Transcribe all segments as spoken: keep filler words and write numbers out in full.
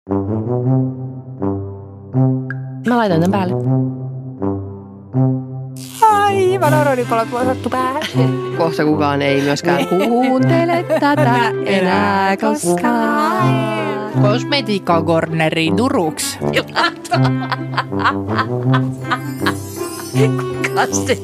Mä laitan tämän päälle. Aivan oronipalot vuosattu päähän. Kohta kukaan ei myöskään kuuntele tätä enää koskaan. Kosmetiikka Corneri Turuks. Kuka se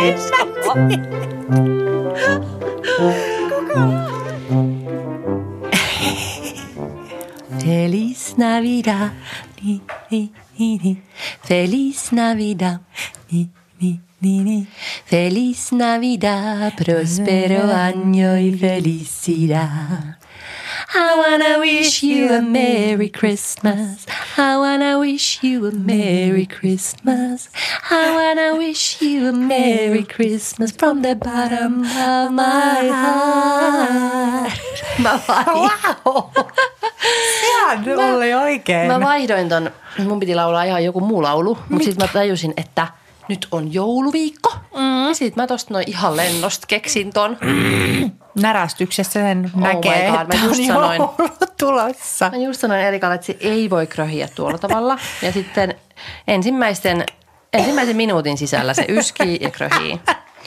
Feliz Navidad, ni, ni, ni, ni. Feliz Navidad, ni, ni, ni, ni. Feliz Navidad, prospero año y felicidad. I wanna wish you a Merry Christmas. I wanna wish you a Merry Christmas. I wanna wish you a Merry Christmas from the bottom of my heart. Mä vaihdoin. Wow! Sehän oli oikein. Mä vaihdoin ton, mun piti laulaa ihan joku muu laulu, mutta sitten mä tajusin, että nyt on jouluviikko. Mm. Ja sit mä tosta noin ihan lennosta keksin ton. Mm. Närästyksessä sen oh näkee, God, että mä just on sanoin, tulossa. Mä just sanoin Erikalle, että se ei voi kröhiä tuolla tavalla. Ja sitten ensimmäisten, ensimmäisen minuutin sisällä se yskii ja kröhii.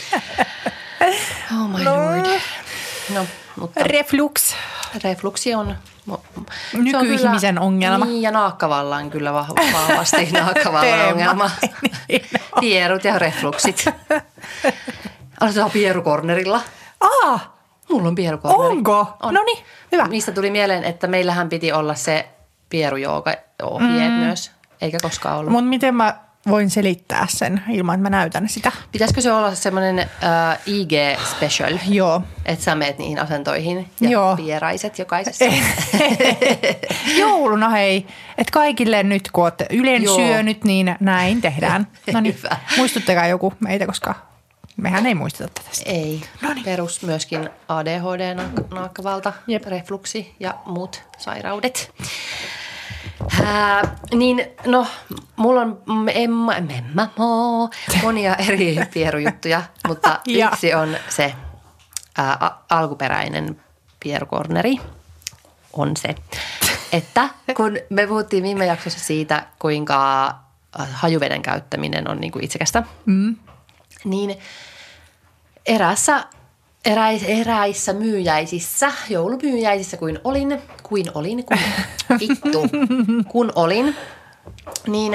Oh my no. lord. No, mutta Reflux. Refluksi on nykyihmisen on ongelma. Niin, ja naakkavallan kyllä vahvasti naakkavallan ongelma. Niin, no. Pierut ja refluksit. Aloitetaan pierukornerilla. Ah, mulla on pierukorneri. Onko? On. No niin, hyvä. Mistä tuli mieleen, että meillähän piti olla se pierujooga-ohjeet mm. myös, eikä koskaan ollut. Mutta miten mä voin selittää sen ilman, että mä näytän sitä? Pitäisikö se olla semmoinen uh, I G-special? Joo. Että sä meet niihin asentoihin ja Joo. pieraiset jokaisessa. Jouluna hei, että kaikille nyt kun oot ylen Joo. syönyt, niin näin tehdään. No niin, muistuttakaa joku meitä, koska mehän ei muisteta tästä. Ei. Noniin. Perus myöskin A D H D, naakkavalta, Jep. refluksi ja muut sairaudet. Ää, niin, no, mulla on emma, emma, mo, monia eri pierujuttuja, mutta yksi on se ää, alkuperäinen pierukorneri on se, että kun me puhuttiin viime jaksossa siitä, kuinka hajuveden käyttäminen on niin kuin itsekästä, mm. niin erässä, eräis, eräissä myyjäisissä, joulumyyjäisissä kuin olin, kuin olin, kuin vittu, kun olin, niin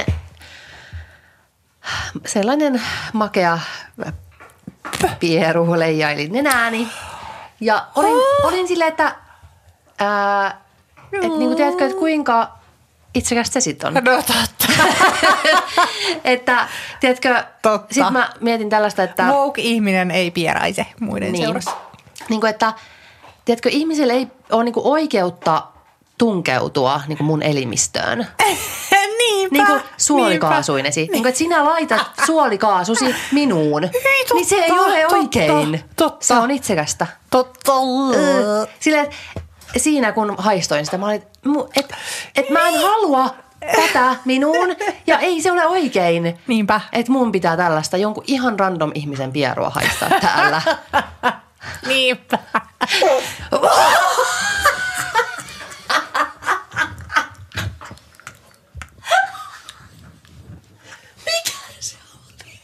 sellainen makea pieru leijaili nenääni. Ja olin, olin silleen, että ää, et niin kuin tiedätkö, että kuinka itsekästä se sitten on. No totta. Että tiedätkö, totta. Sitten mä mietin tällaista, että woke-ihminen ei pieraise muiden niin, seurassa. Niin kuin, että tiedätkö, ihmisillä ei ole niin kuin oikeutta tunkeutua niin kuin mun elimistöön. Niinpä. Niin kuin suolikaasuinesi. Niin. Niin kuin, että sinä laitat suolikaasusi minuun. Hyi, totta, niin se ei ole totta, oikein. Totta. Se on itsekästä. Totta. Silleen, siinä kun haistoin sitä, mä olin, että et mä en halua tätä minuun ja ei se ole oikein. Niinpä. Että mun pitää tällaista jonkun ihan random ihmisen pierua haistaa täällä. Niinpä. Mikä se oli?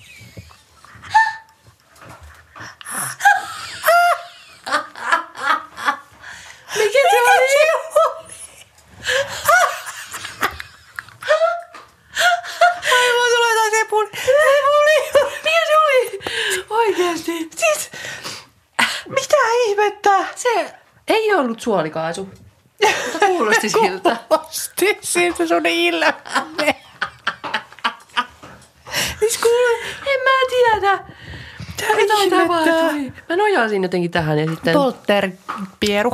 Mikä se oli? Ai mun tulee taas epuli. Epuli. Mikä se oli? Oikeasti. Siis, mitä ihmettä? Se ei ollut suolikaasu, mutta kuulosti siltä. Kuulosti siltä sun ilme. Siis kuule. En mä tiedä. Mitä on tapahtui? Mä nojasin jotenkin tähän ja sitten polterpieru.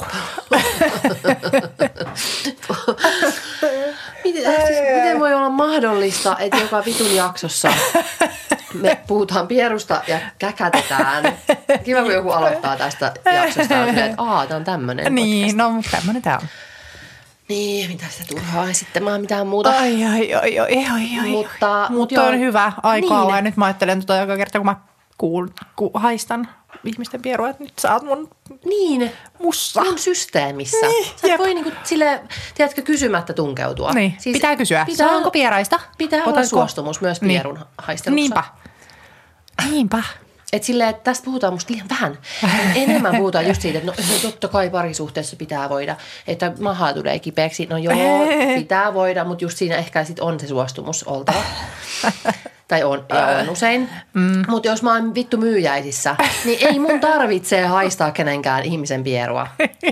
miten, siis, miten voi olla mahdollista, että joka vitun jaksossa me puhutaan pierusta ja käkätetään. Kiva, kun joku aloittaa tästä jaksosta. Että aah, tää on tämmönen niin, podcast. no mutta tämmönen tää on. Niin, mitä sitä turhaa esittämään mitään muuta. Ai, ai, ai, ai, ai, ai. Mutta, mutta on hyvä aikaa. Niin. Nyt mä ajattelen tuota joka kerta, kun mä kuul, kun haistan ihmisten pierua, että nyt sä oot mun niin, mussa. Mun systeemissä. Niin, sä et voi niinku sille, tiedätkö, kysymättä tunkeutua. Niin, siis pitää kysyä. Pitää, saanko pieraista? Pitää Otanko? olla suostumus myös pierun niin. haistelussa. Niinpä. Niinpä. Että silleen, että tästä puhutaan musta liian vähän. Enemmän puhutaan just siitä, että no totta kai parisuhteessa pitää voida. Että maha tulee kipeäksi. No joo, pitää voida, mutta just siinä ehkä sit on se suostumus oltava. Tai on, ja on usein. Mm. Mutta jos mä oon vittu myyjäisissä, niin ei mun tarvitse haistaa kenenkään ihmisen pierua.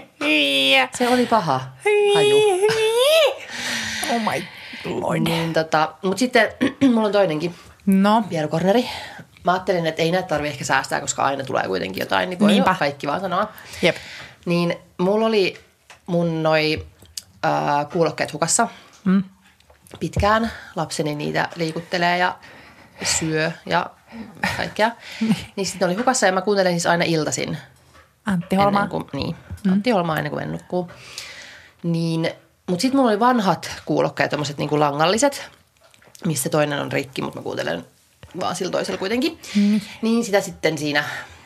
Se oli paha haju. Oh my lord. Niin, tota, mutta sitten mulla on toinenkin no. pierukorneri. Mä ajattelin, että ei näitä tarvitse ehkä säästää, koska aina tulee kuitenkin jotain, niin voi Niinpä. jo kaikki vaan sanoa. Jep. Niin mulla oli mun noi äh, kuulokkeet hukassa mm. pitkään. Lapseni niitä liikuttelee ja syö ja kaikkea. Niin sitten oli hukassa ja mä kuuntelen siis aina iltaisin. Antti Holmaa. Kuin, niin, mm. Antti Holmaa ennen kuin en nukkuu. Niin, mutta sitten mulla oli vanhat kuulokkeet, tommoset niinku langalliset, missä toinen on rikki, mutta mä kuuntelen vaan sillä toisella kuitenkin. Mm. Niin sitä sitten siinä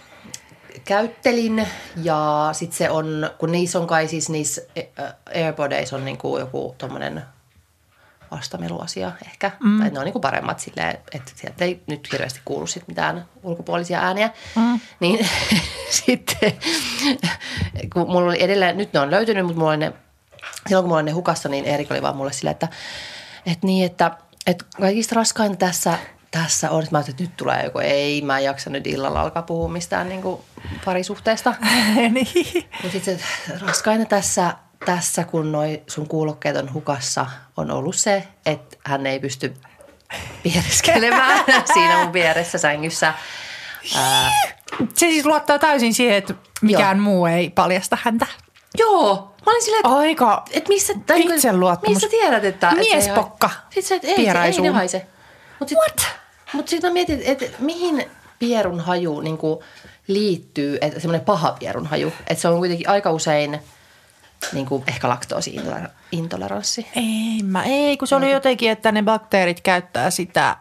käyttelin ja sitten se on, kun niissä on kai siis niissä AirPodeissa on niinku joku tommonen vastameluasia ehkä. Mm. Tai ne on niinku paremmat silleen, että sieltä ei nyt hirveästi kuulu sit mitään ulkopuolisia ääniä. Mm. Niin sitten, kun mulla oli edelleen, nyt ne on löytynyt, mutta mulla oli ne, silloin kun mulla oli ne hukassa, niin Erik oli vaan mulle silleen, että, että niin, että, että kaikista raskainta tässä Tässä on, että mä ajattelin, että nyt tulee joku, ei mä en jaksa nyt illalla alkaa puhua mistään niin kuin parisuhteesta. niin. Mutta sitten raskaina tässä, tässä, kun noi sun kuulokkeet on hukassa, on ollut se, että hän ei pysty piereskelemään siinä mun vieressä sängyssä. Ää, se siis luottaa täysin siihen, että mikään joo. muu ei paljasta häntä. Joo. Mä olin silleen, että, Aika että missä, tai, itseluottamus. missä tiedät, että miespokka sitten se, että ei, ei ne haise. Mut sit, What? Mutta sitten mä mietin, että mihin pierun haju niinku liittyy, että semmoinen paha pierun haju. Että se on kuitenkin aika usein niinku ehkä laktoosi-intoleranssi. Ei, mä ei, kun se oli jotenkin, että ne bakteerit käyttää sitä,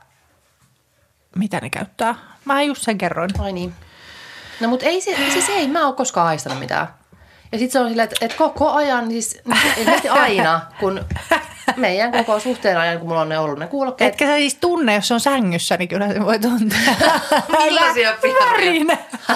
mitä ne käyttää. Mä just sen kerroin. Ai niin. No mutta ei, siis ei mä oon koskaan haistanut mitään. Ja sitten se on silleen, että, että koko ajan, siis ilmeisesti aina, kun meidän koko suhteen ajan, kun mulla on ne ollut ne kuulokkeet. Etkä sä siis tunne, jos se on sängyssä, niin kyllä se voi tuntea. Millaisia pieruja?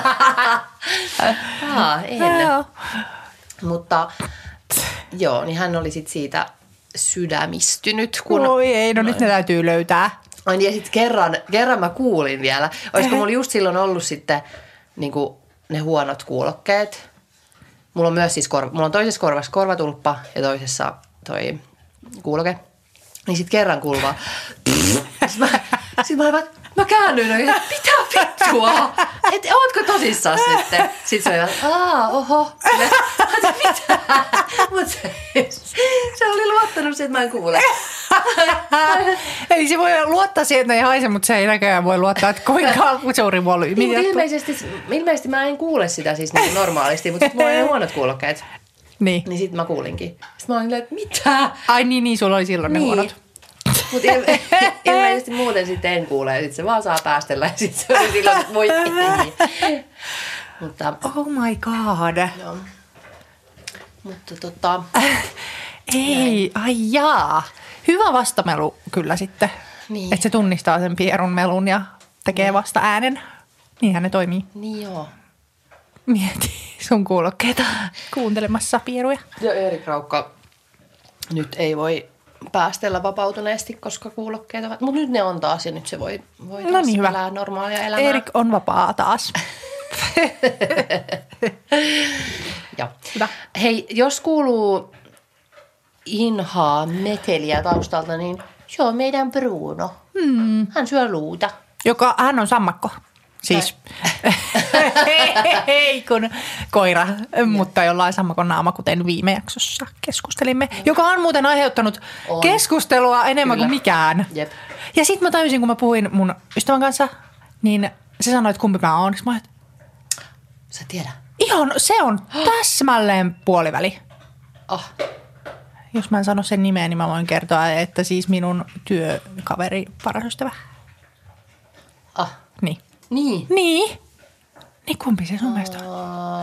ah, en. Mutta joo, niin hän oli sitten siitä sydämistynyt. Kun, Oi ei, no, no nyt ne täytyy löytää. Ai niin, ja sitten kerran, kerran mä kuulin vielä. Olisiko mulla just silloin ollut sitten niin kuin ne huonot kuulokkeet. Mulla on myös siis korva, mulla on toisessa korvassa korvatulppa ja toisessa toi kuuloke. Niin sit kerran kuuluu vaan. Sit mä, sit mä, vaan, mä käännyin oikein, että mitä vittua? Et ootko tosissaan nyt? Sit se oli vaan, aah, oho. Sille, mitä? Mut se, se oli luottanut siihen, että mä en kuule. Eli se voi luottaa siihen, että ei haise, mutta se ei näköjään voi luottaa, että kuinka suuri volyymi. Niin, ilmeisesti, ilmeisesti mä en kuule sitä siis niin normaalisti, mutta sit mulla on ne huonot kuulokkeet. Niin. Niin sit mä kuulinkin. Sitten mä olin silleen, että mitä? Ai niin, niin, sulla oli silloin niin. ne huonot. Mutta ilme- ilmeisesti muuten sitten en kuule. Sitten se vaan saa päästellä ja sitten se oli silloin, että voi ei. Mutta, oh my god. Joo. Mutta tota... Ei, näin. Ai jaa. Hyvä vastamelu kyllä sitten. Niin. Että se tunnistaa sen pierun melun ja tekee niin. vasta äänen. Niinhän ne toimii. Niin joo. Mieti sun kuulokkeita kuuntelemassa pieruja. Ja Erik Raukka nyt ei voi päästellä vapautuneesti, koska kuulokkeet ovat. Mutta nyt ne on taas ja nyt se voi, voi taas no niin, elää normaalia elämää. Erik on vapaa taas. Joo. Hei, jos kuuluu inhaa meteliä taustalta, niin se on meidän Bruno. Hmm. Hän syö luuta. Joka, hän on sammakko. Siis, ei kun koira, ja. mutta jollain sammakon naama, kuten viime jaksossa keskustelimme. Ja. Joka on muuten aiheuttanut on. keskustelua enemmän Kyllä. kuin mikään. Jep. Ja sitten mä tajusin, kun mä puhuin mun ystävän kanssa, niin se sanoi, että kumpi mä oon. Mä oon, sä tiedä. Ihan, se on täsmälleen puoliväli. Oh. Jos mä en sano sen nimeä, niin mä voin kertoa, että siis minun työkaveri, paras ystävä. Ah. Niin. Niin. Niin. Niin kumpi se sun mielestä on?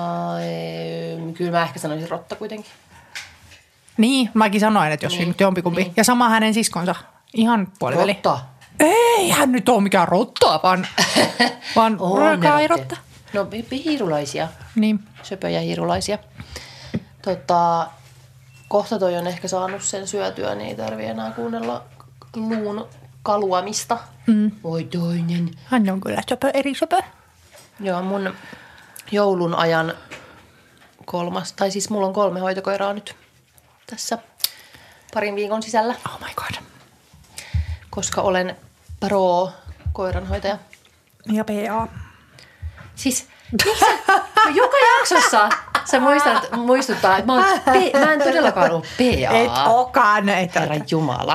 Ai, kyllä mä ehkä sanoisin rotta kuitenkin. Niin, mäkin sanoin, että jos niin, nyt jompikumpi. Niin. Ja sama hänen siskonsa. Ihan puoliväli. Rotta. Ei hän nyt ole mikään rotta, vaan, vaan rotta. No hiirulaisia. Niin. Söpöjä hiirulaisia. Tota, kohta toi on ehkä saanut sen syötyä, niin ei tarvitse enää kuunnella luun kaluamista. Mm. Voi toinen. Hän on kyllä söpö, eri söpö. Joo, mun joulun ajan kolmas, tai siis mulla on kolme hoitokoiraa nyt tässä parin viikon sisällä. Oh my god. Koska olen pro-koiranhoitaja. Ja P A. Siis, sä, joka jaksossa sä muistat, muistuttaa, että mä, oon P, mä en todellakaan ole P A. Et okaan. Et Herra Jumala.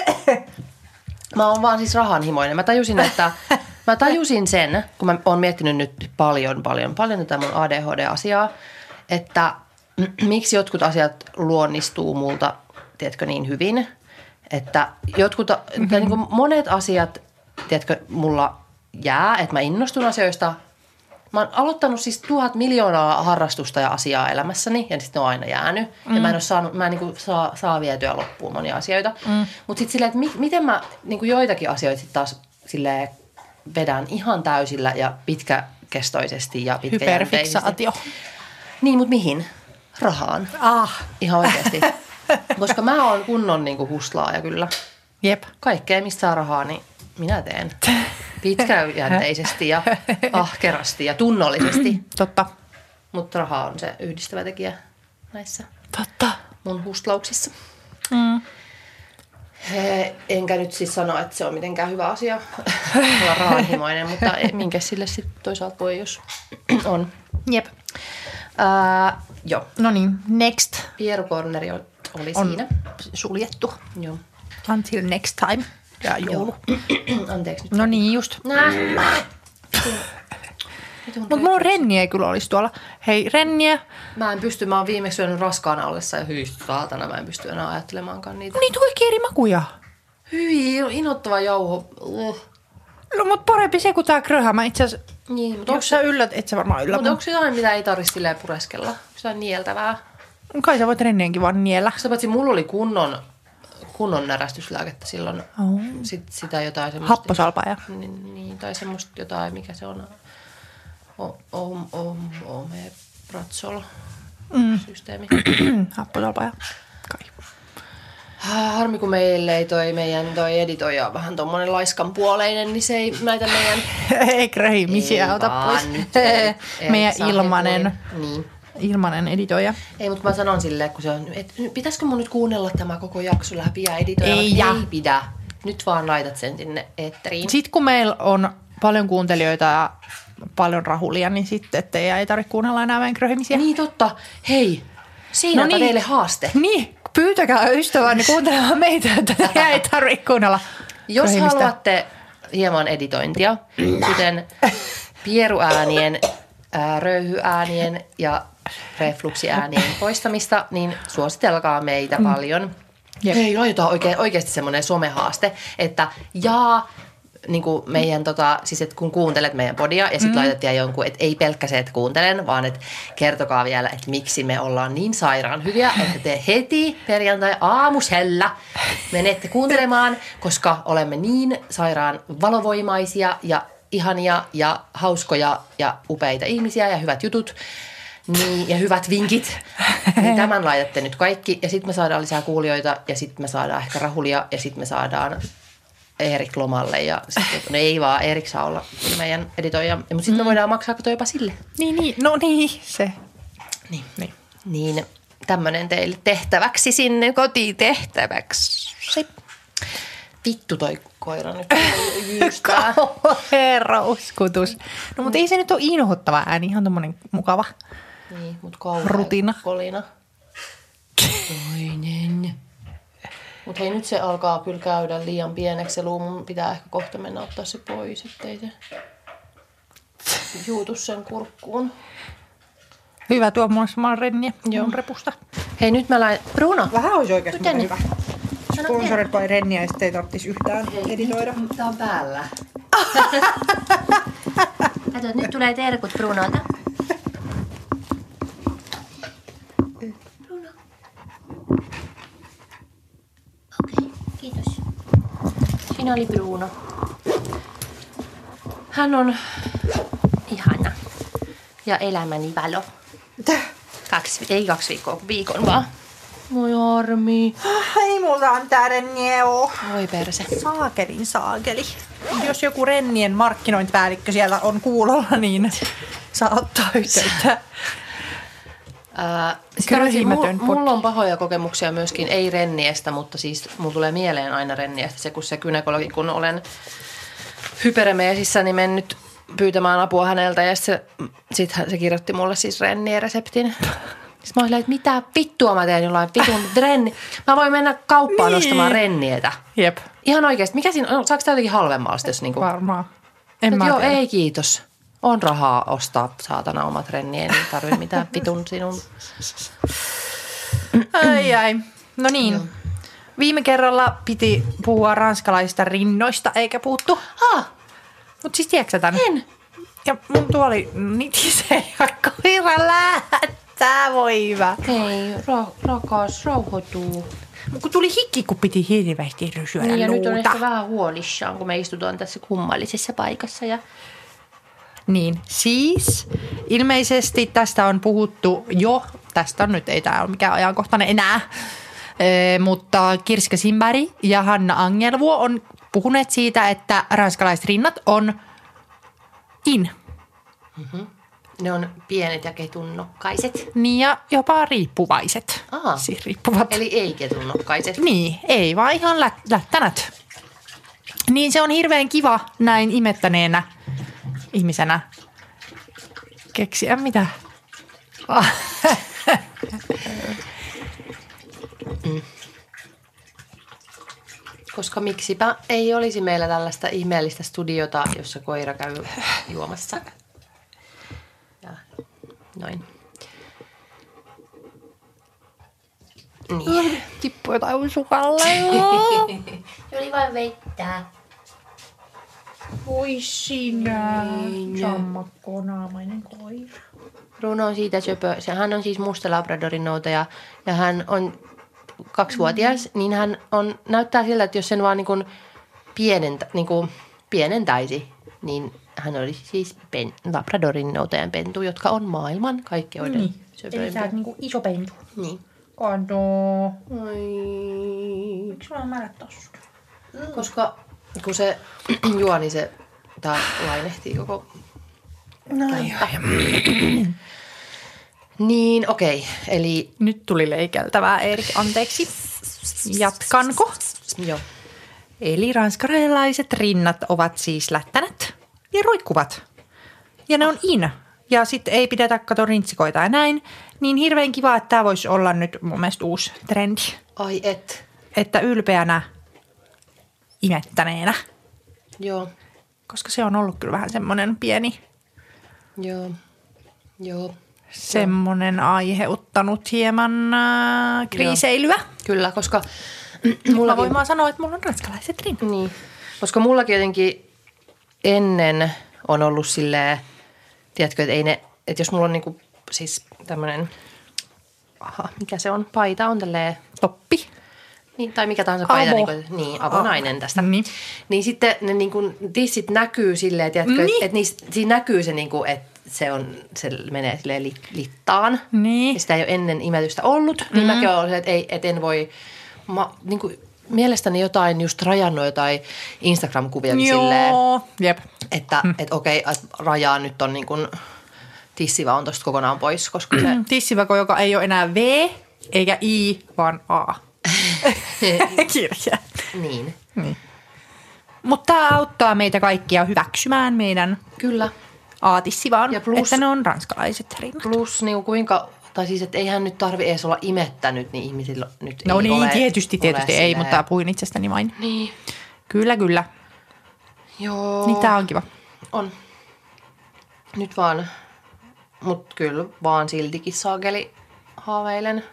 Mä oon vaan siis rahanhimoinen. Mä tajusin, että mä tajusin sen, kun mä oon miettinyt nyt paljon, paljon, paljon tätä mun A D H D-asiaa, että miksi jotkut asiat luonnistuu multa, tiedätkö, niin hyvin, että jotkut, mm-hmm. tai niin kuin monet asiat, tiedätkö, mulla jää, että mä innostun asioista. Mä oon aloittanut siis tuhat miljoonaa harrastusta ja asiaa elämässäni ja sitten ne on aina jäänyt. Mm. Ja mä en ole saanut, mä en niin kuin saa, saa vietyä loppuun monia asioita. Mm. Mutta sitten silleen, että mi, miten mä niin kuin joitakin asioita sitten taas silleen vedän ihan täysillä ja pitkäkestoisesti ja pitkäjänteisesti. Hyperfiksaatio. Niin, mutta mihin? Rahaan. Ah. Ihan oikeasti. Koska mä oon kunnon niin kuin huslaaja kyllä. Jep. Kaikkea, mistä saa rahaa, niin minä teen. Pitkäjänteisesti ja ahkerasti ja tunnollisesti. Totta. Mutta raha on se yhdistävä tekijä näissä Totta. mun hustlauksissa. Mm. He, enkä nyt siis sano, että se on mitenkään hyvä asia olla rahanhimoinen, mutta minkä sille sitten toisaalta voi, jos on. Jep. Ää, joo. No niin, next. Pierukorneri oli on siinä. Suljettu. Joo. Until next time. Ja joulu. Anteeksi nyt. No niin, just. Nää. Mutta mulla renniä ei kyllä olisi tuolla. Hei, renniä. Mä en pysty, mä oon viimeksi syönyt raskaana ollessa ja hyi saatana, mä en pysty enää ajattelemaankaan niitä. Niitä on oikein eri makuja. Hyi, inhottava jauho. Uh. No mut parempi se kuin tää kröhä. Mä itse asiassa, niin, mutta jos sä yllät, et sä varmaan yllä. Mutta onko jotain, mitä ei tarvitse silleen pureskella? Onko jotain nieltävää? Kai sä voit rennienkin vaan niellä. Sitä paitsi mulla oli kunnon, kunnon närästyslääkettä silloin. Oh. Sit, sitä jotain semmoista. Happosalpaa. Niin, niin, tai semmoista jotain, mikä se on. Om, om, omepratsol mm. systeemi. Happosalpaa. Kai. Harmi, kun meille ei toi meidän toi editoija on vähän tommonen laiskanpuoleinen, niin se ei näitä meidän... ei krehimisiä ota pois. Ei, meidän ilmanen, niin. ilmanen editoija. Ei, mutta mä sanon silleen, kun se on, että pitäisikö mun nyt kuunnella tämä koko jakso läpi ja editoida? Ei, ja. Ei pidä. Nyt vaan laitat sen sinne eetteriin. Sitten kun meillä on paljon kuuntelijoita ja paljon rahulia, niin sitten ettei ei tarvitse kuunnella enää meidän kröhimisiä. Niin totta. Hei, siinäpä no niin. Teille haaste. Niin, pyytäkää ystävänne kuuntelemaan meitä, että ei tarvitse kuunnella Jos kröhimistä. Haluatte hieman editointia, kuten pieruäänien, ää, röyhyäänien ja refluksiäänien poistamista, niin suositelkaa meitä mm. paljon. Jep. Hei, laitetaan oikein, oikeasti semmoinen somehaaste, että jaa... Niin kuin meidän, tota, siis että kun kuuntelet meidän podia ja sitten mm. laitettiin jonkun, että ei pelkkä se, että kuuntelen, vaan että kertokaa vielä, että miksi me ollaan niin sairaan hyviä, että te heti perjantai aamusella menette kuuntelemaan, koska olemme niin sairaan valovoimaisia ja ihania ja hauskoja ja upeita ihmisiä ja hyvät jutut niin, ja hyvät vinkit. Niin tämän laitatte nyt kaikki ja sitten me saadaan lisää kuulijoita ja sitten me saadaan ehkä rahulia ja sitten me saadaan... Erik lomalle ja sitten, no ei vaan, Erik saa olla meidän editoija, mutta sitten mm. me voidaan maksaa kato jopa sille. Niin, niin, no niin, se. Niin, niin. niin tämmöinen teille tehtäväksi sinne kotitehtäväksi. Vittu toi koira nyt jyystää. Herra uskutus. No mutta ei se nyt ole inhottava ääni, ihan tommonen mukava. Niin, mutta kauhean rutina. Kolina. Toinen. Mutta hei, nyt se alkaa kyllä käydä liian pieneksi se luu. Mun pitää ehkä kohta mennä ottaa se pois, ettei se juutu sen kurkkuun. Hyvä, tuo mulle samalla renniä mun repusta. Hei, nyt mä lähden... Bruno! Vähän olisi oikeasti hyvä. Sponsored by renniä ja sitten ei tarvitsisi yhtään hei, editoida. Tää on päällä. Kato, nyt tulee terkut Brunolta. Bruno. Okei, okay, kiitos. Siinä oli Bruno. Hän on ihana ja elämäni valo. Kaksi, ei kaksi viikkoa, viikon vaan. Moi Armi. Ei multa on tää rennieo. Voi perse. Saakelin saakeli. Jos joku rennien markkinointipäällikkö siellä on kuulolla, niin saa ottaa yhteyttä. Äh, mulla, mulla on pahoja kokemuksia myöskin, ei renniestä, mutta siis mulla tulee mieleen aina renniestä se, kun se gynekologi, kun olen hyperemeesissä, niin mennyt pyytämään apua häneltä ja sitten se, sit se kirjoitti mulle siis renniereseptin. Sitten mä olin, että mitä vittua mä teen jollain vitun renni. Mä voin mennä kauppaan niin. ostamaan rennietä. Jep. Ihan oikeasti. Mikä siinä on? Saako sitä jotenkin halvemmalla? Jos niinku... Varmaan. En mä Joo, tiedä. ei kiitos. On rahaa ostaa saatana omat renniä, niin tarvitse mitään vitun sinun. Ai ai. No niin. Joo. Viime kerralla piti puhua ranskalaisista rinnoista, eikä puhuttu. Ah. Mut siis tiedätkö tän? En. Ja mun tuoli nitisee ja koira lähettää, voi hyvä. Hei, ra- rakas, rauhoituu. Kun tuli hikki, kun piti hirveästi syödä niin, ja luuta. nyt on ehkä vähän huolissaan, kun me istutaan tässä kummallisessa paikassa. Ja... Niin, siis ilmeisesti tästä on puhuttu jo, tästä on nyt, ei tämä ole mikään ajankohtainen enää, e, mutta Kirska Simberg ja Hanna Angelvuo on puhuneet siitä, että ranskalaiset rinnat on in. Mm-hmm. Ne on pienet ja ketunnokkaiset. Niin ja jopa riippuvaiset. Aha. Siis riippuvat. Eli ei ketunnokkaiset. Niin, ei vaan ihan lä- lättänät. Niin se on hirveän kiva näin imettäneenä ihmisenä keksiä mitä. mm. Koska miksipä ei olisi meillä tällaista ihmeellistä studiota, jossa koira käy juomassa. Ja noin. Niin. Tippu jotain sukalle. Se oli vain veittää. Voi sinä. Sammakkonaamainen koira. Bruno on siitä söpö. Hän on siis musta labradorin noutaja ja hän on kaksivuotias, mm. niin hän on, näyttää siltä, että jos sen vaan niin kuin pienentä, niin kuin pienentäisi, niin hän olisi siis pen, labradorin noutajan pentu, jotka on maailman kaikkeuden niin. söpöimpiä. Eli sä oot niin kuin iso pentu. Niin. Kato. Ai. Miksi mä oon märät tossut? Mm. Koska kun se juo, niin se tää lainehtii koko no, niin, okei. Okay. Eli nyt tuli leikeltävää, Erik, anteeksi. Jatkanko? Joo. Eli ranskalaiset rinnat ovat siis lättänät ja roikkuvat. Ja ne on in. Ja sitten ei pidetä kato rintsikoita ja näin. Niin hirveän kiva, että tämä voisi olla nyt mun mielestä uusi trendi. Ai et. Että ylpeänä imettäneenä. Joo. Koska se on ollut kyllä vähän semmoinen pieni. Joo. Joo. Semmoinen aiheuttanut hieman äh, kriiseilyä. Joo. Kyllä, koska mulla voin vaan sanoa, että mulla on ranskalaiset rinnat. Niin, koska mullakin jotenkin ennen on ollut silleen, tiedätkö, että ei ne, että jos mulla on niinku siis tämmöinen, aha, mikä se on, paita on tälleen toppi. Niin, tai mikä tahansa paita, Avo. niin, kuin, niin avonainen tästä. Niin. Niin sitten ne niin kuin, tissit näkyy silleen, tiedätkö, niin. että niistä, siinä näkyy se, niin kuin, että se, on, se menee silleen li, littaan. Niin. Ja sitä ei ole ennen imetystä ollut. Mm-hmm. Niin mäkin olen että, ei, että en voi, mä, niin kuin, mielestäni jotain just rajannut jotain Instagram-kuviakin Joo. silleen. Jep. Että mm. et, okei, että rajaa nyt on niin kuin, tissivä on tosta kokonaan pois, koska se... Tissivako, joka ei ole enää V eikä I, vaan A. Kirja. Niin. niin. Mutta tämä auttaa meitä kaikkia hyväksymään meidän Kyllä. aatissivaan, ja plus, että ne on ranskalaiset rinnat. Plus niin kuinka, tai siis, että eihän nyt tarvi edes olla imettänyt, niin ihmisillä nyt no ei niin, ole. tietysti, tietysti ole ei, silleen. mutta puhuin itsestäni vain. Niin. Kyllä, kyllä. Joo. Niin tää on kiva. On. Nyt vaan, mut kyllä vaan siltikin saakeli haaveilen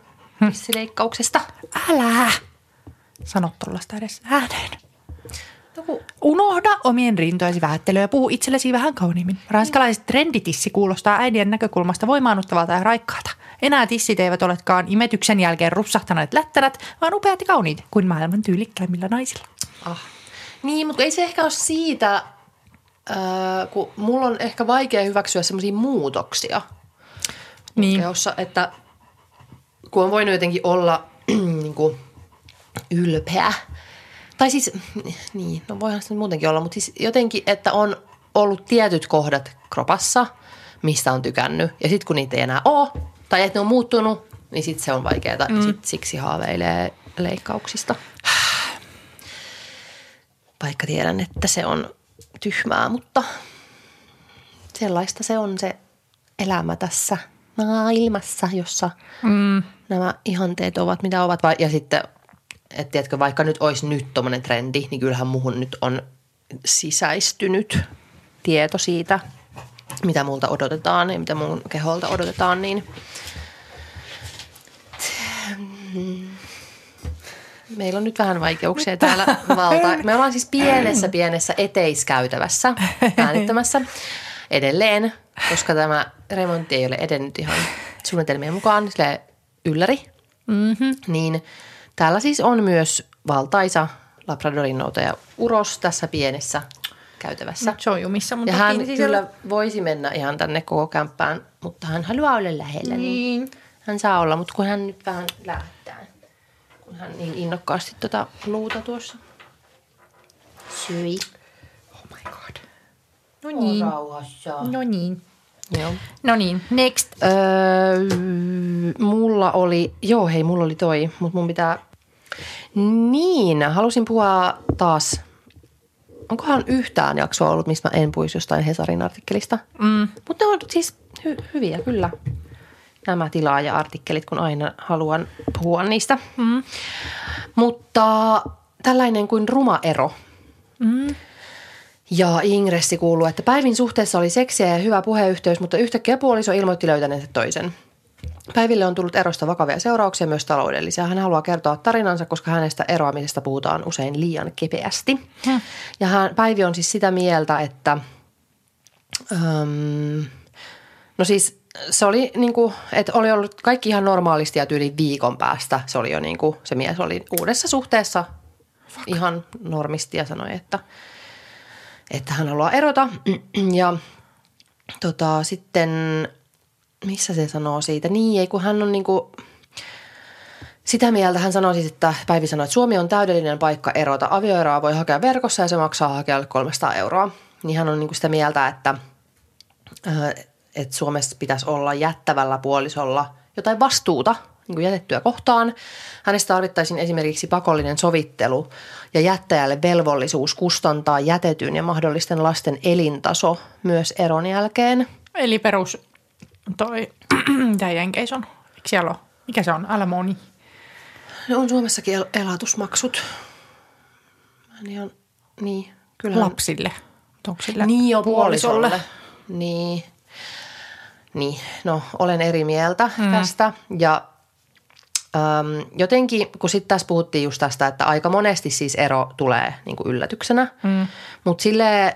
tissileikkauksesta. Älä! Sano tollaista edes ääneen. Joku Unohda omien rintojesi vähättelyä ja puhu itsellesi vähän kauniimmin. Ranskalaiset trenditissi kuulostaa äidien näkökulmasta voimaannuttavalta ja raikkaalta. Enää tissit eivät olekaan imetyksen jälkeen rupsahtaneet lättärät, vaan upeat ja kauniit kuin maailman tyylikkäimmillä naisilla. Ah. Niin, mutta ei se ehkä ole siitä, äh, kun mulla on ehkä vaikea hyväksyä semmoisia muutoksia. Niin. Kehossa, että kun on voinut jotenkin olla niin kuin ylpeä. Tai siis, niin, no voihan se muutenkin olla, mutta siis jotenkin, että on ollut tietyt kohdat kropassa, mistä on tykännyt. Ja sitten kun niitä ei enää ole, tai että ne on muuttunut, niin sitten se on vaikeaa. Mm. Sit siksi haaveilee leikkauksista. Vaikka tiedän, että se on tyhmää, mutta sellaista se on se elämä tässä maailmassa, jossa mm. nämä ihanteet ovat mitä ovat. Ja sitten, että tiedätkö, vaikka nyt olisi nyt tommoinen trendi, niin kyllähän muhun nyt on sisäistynyt tieto siitä, mitä multa odotetaan ja mitä mun keholta odotetaan, niin meillä on nyt vähän vaikeuksia täällä valta. Me ollaan siis pienessä, pienessä eteiskäytävässä äänittämässä edelleen, koska tämä remontti ei ole edennyt ihan suunnitelmien mukaan, silleen ylläri. Mm-hmm. Niin täällä siis on myös valtaisa labradorinnouta uros tässä pienessä käytävässä. Se on jumissa, mutta ja hän kyllä voisi mennä ihan tänne koko kämppään, mutta hän haluaa olla lähellä. Niin. niin hän saa olla, mutta kun hän nyt vähän lähtää. Kun hän niin innokkaasti tota luuta tuossa syi. Oh my god. No niin. Rauhassa. No niin. Joo. No niin, next. Öö, mulla oli, joo hei, mulla oli toi, mutta mun pitää, niin, halusin puhua taas, onkohan yhtään jaksoa ollut, mistä mä en puhuisi jostain Hesarin artikkelista. Mm. Mutta ne on siis hy- hyviä kyllä, nämä tilaaja-artikkelit, kun aina haluan puhua niistä. Mm. Mutta tällainen kuin ruma ero. Mm. Ja ingressi kuuluu, että Päivin suhteessa oli seksiä ja hyvä puheyhteys, mutta yhtäkkiä puoliso ilmoitti löytäneensä toisen. Päiville on tullut erosta vakavia seurauksia, myös taloudellisia. Hän haluaa kertoa tarinansa, koska hänestä eroamisesta puhutaan usein liian kepeästi. Hmm. Ja hän, Päivi on siis sitä mieltä, että um, no siis se oli niin kuin, että oli ollut kaikki ihan normaalisti ja tyyli viikon päästä. Se oli jo niin kuin, se mies oli uudessa suhteessa Fuck. ihan normisti ja sanoi, että että hän haluaa erota ja tota, sitten, missä se sanoo siitä? Niin, ei kun hän on niinku, sitä mieltä hän sanoo siis, että Päivi sanoi, että Suomi on täydellinen paikka erota. Avioeroa voi hakea verkossa ja se maksaa hakijalle kolmesataa euroa. Niin hän on niinku sitä mieltä, että, että Suomessa pitäisi olla jättävällä puolisolla jotain vastuuta niin kuin jätettyä kohtaan. Hänestä tarvittaisiin esimerkiksi pakollinen sovittelu ja jättäjälle velvollisuus kustantaa jätetyn ja mahdollisten lasten elintaso myös eron jälkeen. Eli perus toi, mitä Jenkeissä on? Eikö siellä ole? Mikä se on? Alimony? Ne on Suomessakin el- elatusmaksut. Ihan, niin, kyllähän. Lapsille. Onko sille niin jo puolisolle. puolisolle. Niin. Niin, no olen eri mieltä mm. tästä ja Öm, jotenkin, kun sitten tässä puhuttiin just tästä, että aika monesti siis ero tulee niin kuin yllätyksenä, mm. mutta silleen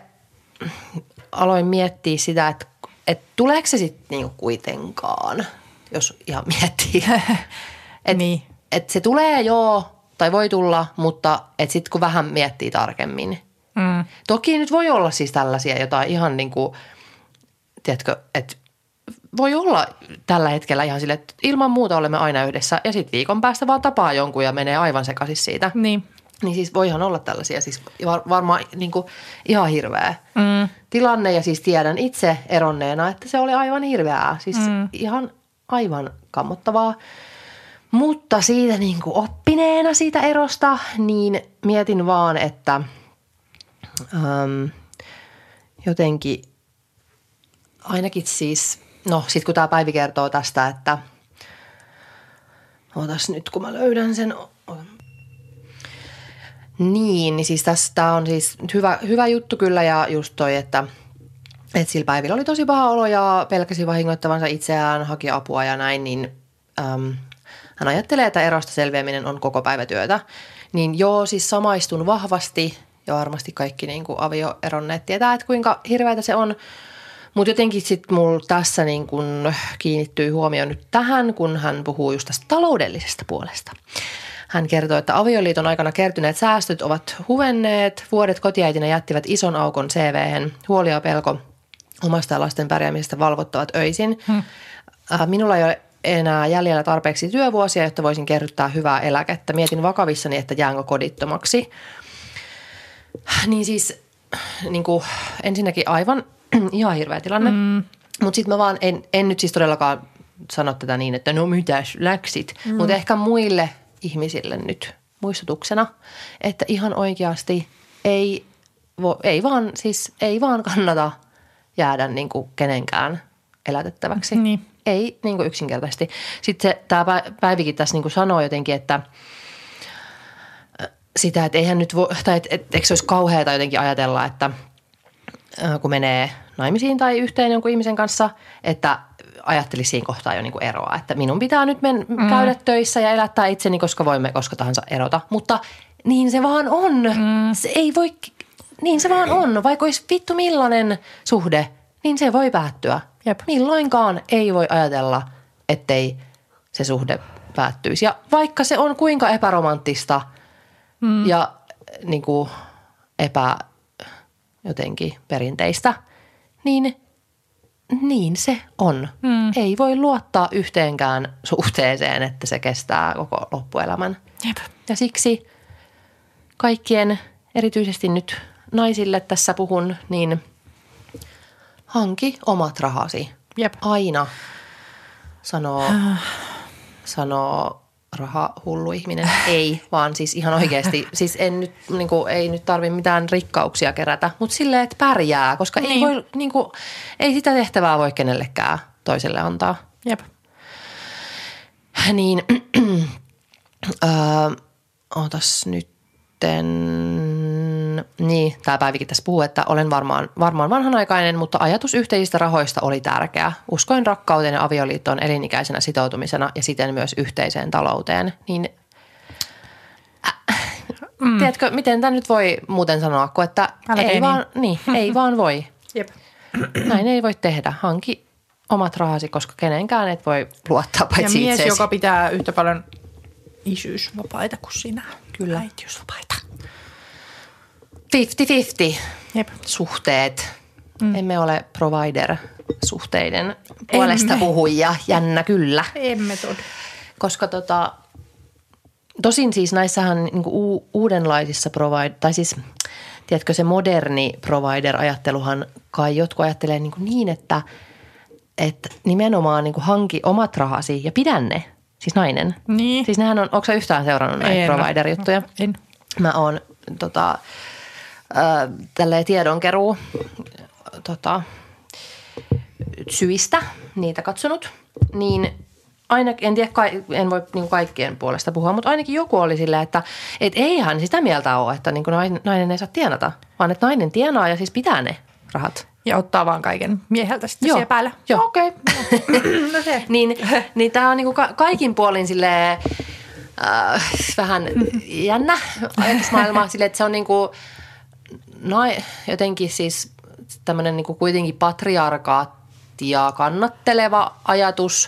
aloin miettiä sitä, että, että tuleeko se sitten niin kuin kuitenkaan, jos ihan miettii. Että niin. et se tulee joo, tai voi tulla, mutta sitten kun vähän miettii tarkemmin. Mm. Toki nyt voi olla siis tällaisia jotain ihan niin kuin, tiedätkö, että voi olla tällä hetkellä ihan sille, että ilman muuta olemme aina yhdessä ja sitten viikon päästä vaan tapaa jonkun ja menee aivan sekaisin siitä. Niin. Niin siis voihan olla tällaisia siis var, varmaan niin kuin ihan hirveä mm. tilanne ja siis tiedän itse eronneena, että se oli aivan hirveää. Siis mm. ihan aivan kammottavaa. Mutta siitä niin kuin oppineena siitä erosta, niin mietin vaan, että äm, jotenkin ainakin siis... No, sitten kun tämä Päivi kertoo tästä, että ootas nyt, kun mä löydän sen. Niin, niin siis tästä on siis hyvä, hyvä juttu kyllä ja just toi, että, että sillä Päivillä oli tosi paha olo ja pelkäsi vahingoittavansa itseään, haki apua ja näin, niin äm, hän ajattelee, että erosta selviäminen on koko päivätyötä. Niin joo, siis samaistun vahvasti ja varmasti kaikki niin kuin avioeronneet tietää, että kuinka hirveätä se on. Mutta jotenkin sitten mulla tässä niin kun kiinnittyy huomio nyt tähän, kun hän puhuu just tästä taloudellisesta puolesta. Hän kertoo, että avioliiton aikana kertyneet säästöt ovat huvenneet. Vuodet kotiäitinä jättivät ison aukon C V:hen. Huoli ja pelko omasta ja lasten pärjäämisestä valvottavat öisin. Hmm. Minulla ei ole enää jäljellä tarpeeksi työvuosia, jotta voisin kerryttää hyvää eläkettä. Mietin vakavissani, että jäänkö kodittomaksi. Niin siis niin kuin, ensinnäkin aivan ihan hirveä tilanne. Mm. Mutta sitten mä vaan en, en nyt siis todellakaan sano tätä niin, että no mitäs läksit. Mm. Mutta ehkä muille ihmisille nyt muistutuksena, että ihan oikeasti ei, vo, ei, vaan, siis ei vaan kannata jäädä niin kuin kenenkään elätettäväksi. Niin. Ei niin kuin yksinkertaisesti. Sitten tämä Päivikin tässä niin kuin sanoo jotenkin, että sitä, että eihän nyt voi, tai et, et, eikö se olisi kauheata jotenkin ajatella, että kun menee naimisiin tai yhteen jonkun ihmisen kanssa, että ajattelisi siinä kohtaa jo niin kuin eroa. Että minun pitää nyt men- mm. käydä töissä ja elättää itseni, koska voimme koska tahansa erota. Mutta niin se vaan on. Mm. Se ei voi, niin se vaan on. Vaikka olisi vittu millainen suhde, niin se voi päättyä. Jep. Milloinkaan ei voi ajatella, ettei se suhde päättyisi. Ja vaikka se on kuinka epäromanttista mm. ja niin kuin epä jotenkin perinteistä, niin niin se on. Mm. Ei voi luottaa yhteenkään suhteeseen, että se kestää koko loppuelämän. Jep. Ja siksi kaikkien, erityisesti nyt naisille tässä puhun, niin hanki omat rahasi. Jep. Aina, sanoo, sanoo rahahullu ihminen. Ei, vaan siis ihan oikeasti. Siis en nyt, niin kuin, ei nyt tarvitse mitään rikkauksia kerätä, mutta silleen, että pärjää, koska niin. ei, voi, niin kuin, ei sitä tehtävää voi kenellekään toiselle antaa. Jep. Niin, äh, ootas nytten, niin tämä Päivikin tässä puhuu, että olen varmaan, varmaan vanhanaikainen, mutta ajatus yhteisistä rahoista oli tärkeä. Uskoin rakkauteen ja avioliittoon elinikäisenä sitoutumisena ja siten myös yhteiseen talouteen. Niin, äh, mm. tiedätkö, miten tämä nyt voi muuten sanoa, kun että ei vaan, niin, ei vaan voi. Jep. Näin ei voi tehdä. Hanki omat rahasi, koska kenenkään et voi luottaa paitsi itseesi. Ja mies, joka pitää yhtä paljon isyysvapaita kuin sinä. Kyllä. Äitiysvapaita. viisikymmentä viisikymmentä Jep. suhteet. Mm. Emme ole provider-suhteiden puolesta Emme. puhujia. Jännä kyllä. Emme tod. Koska tota, tosin siis näissähän niinku u- uudenlaisissa provider, tai siis tiedätkö se moderni provider-ajatteluhan kai jotkut ajattelee niinku niin, että, että nimenomaan niinku hanki omat rahasi ja pidä ne. Siis nainen. Niin. Siis nehän on, onko sä yhtään seurannut näitä en provider-juttuja? En. Mä oon tota, äh, tälleen tiedonkeruu tota, syistä niitä katsonut, niin aina, en tiedä, en voi niin kaikkien puolesta puhua, mutta ainakin joku oli silleen, että et eihän sitä mieltä ole, että niin nainen, nainen ei saa tienata, vaan että nainen tienaa ja siis pitää ne rahat. Ja ottaa vaan kaiken mieheltä sitten siellä päällä. Joo. Okei. Okay. No se. niin niin tämä on niin ka- kaikin puolin silleen äh, vähän jännä ajatusmaailma silleen, että se on niin kuin, no, jotenkin siis tämmöinen niin kuin kuitenkin patriarkaattia kannatteleva ajatus,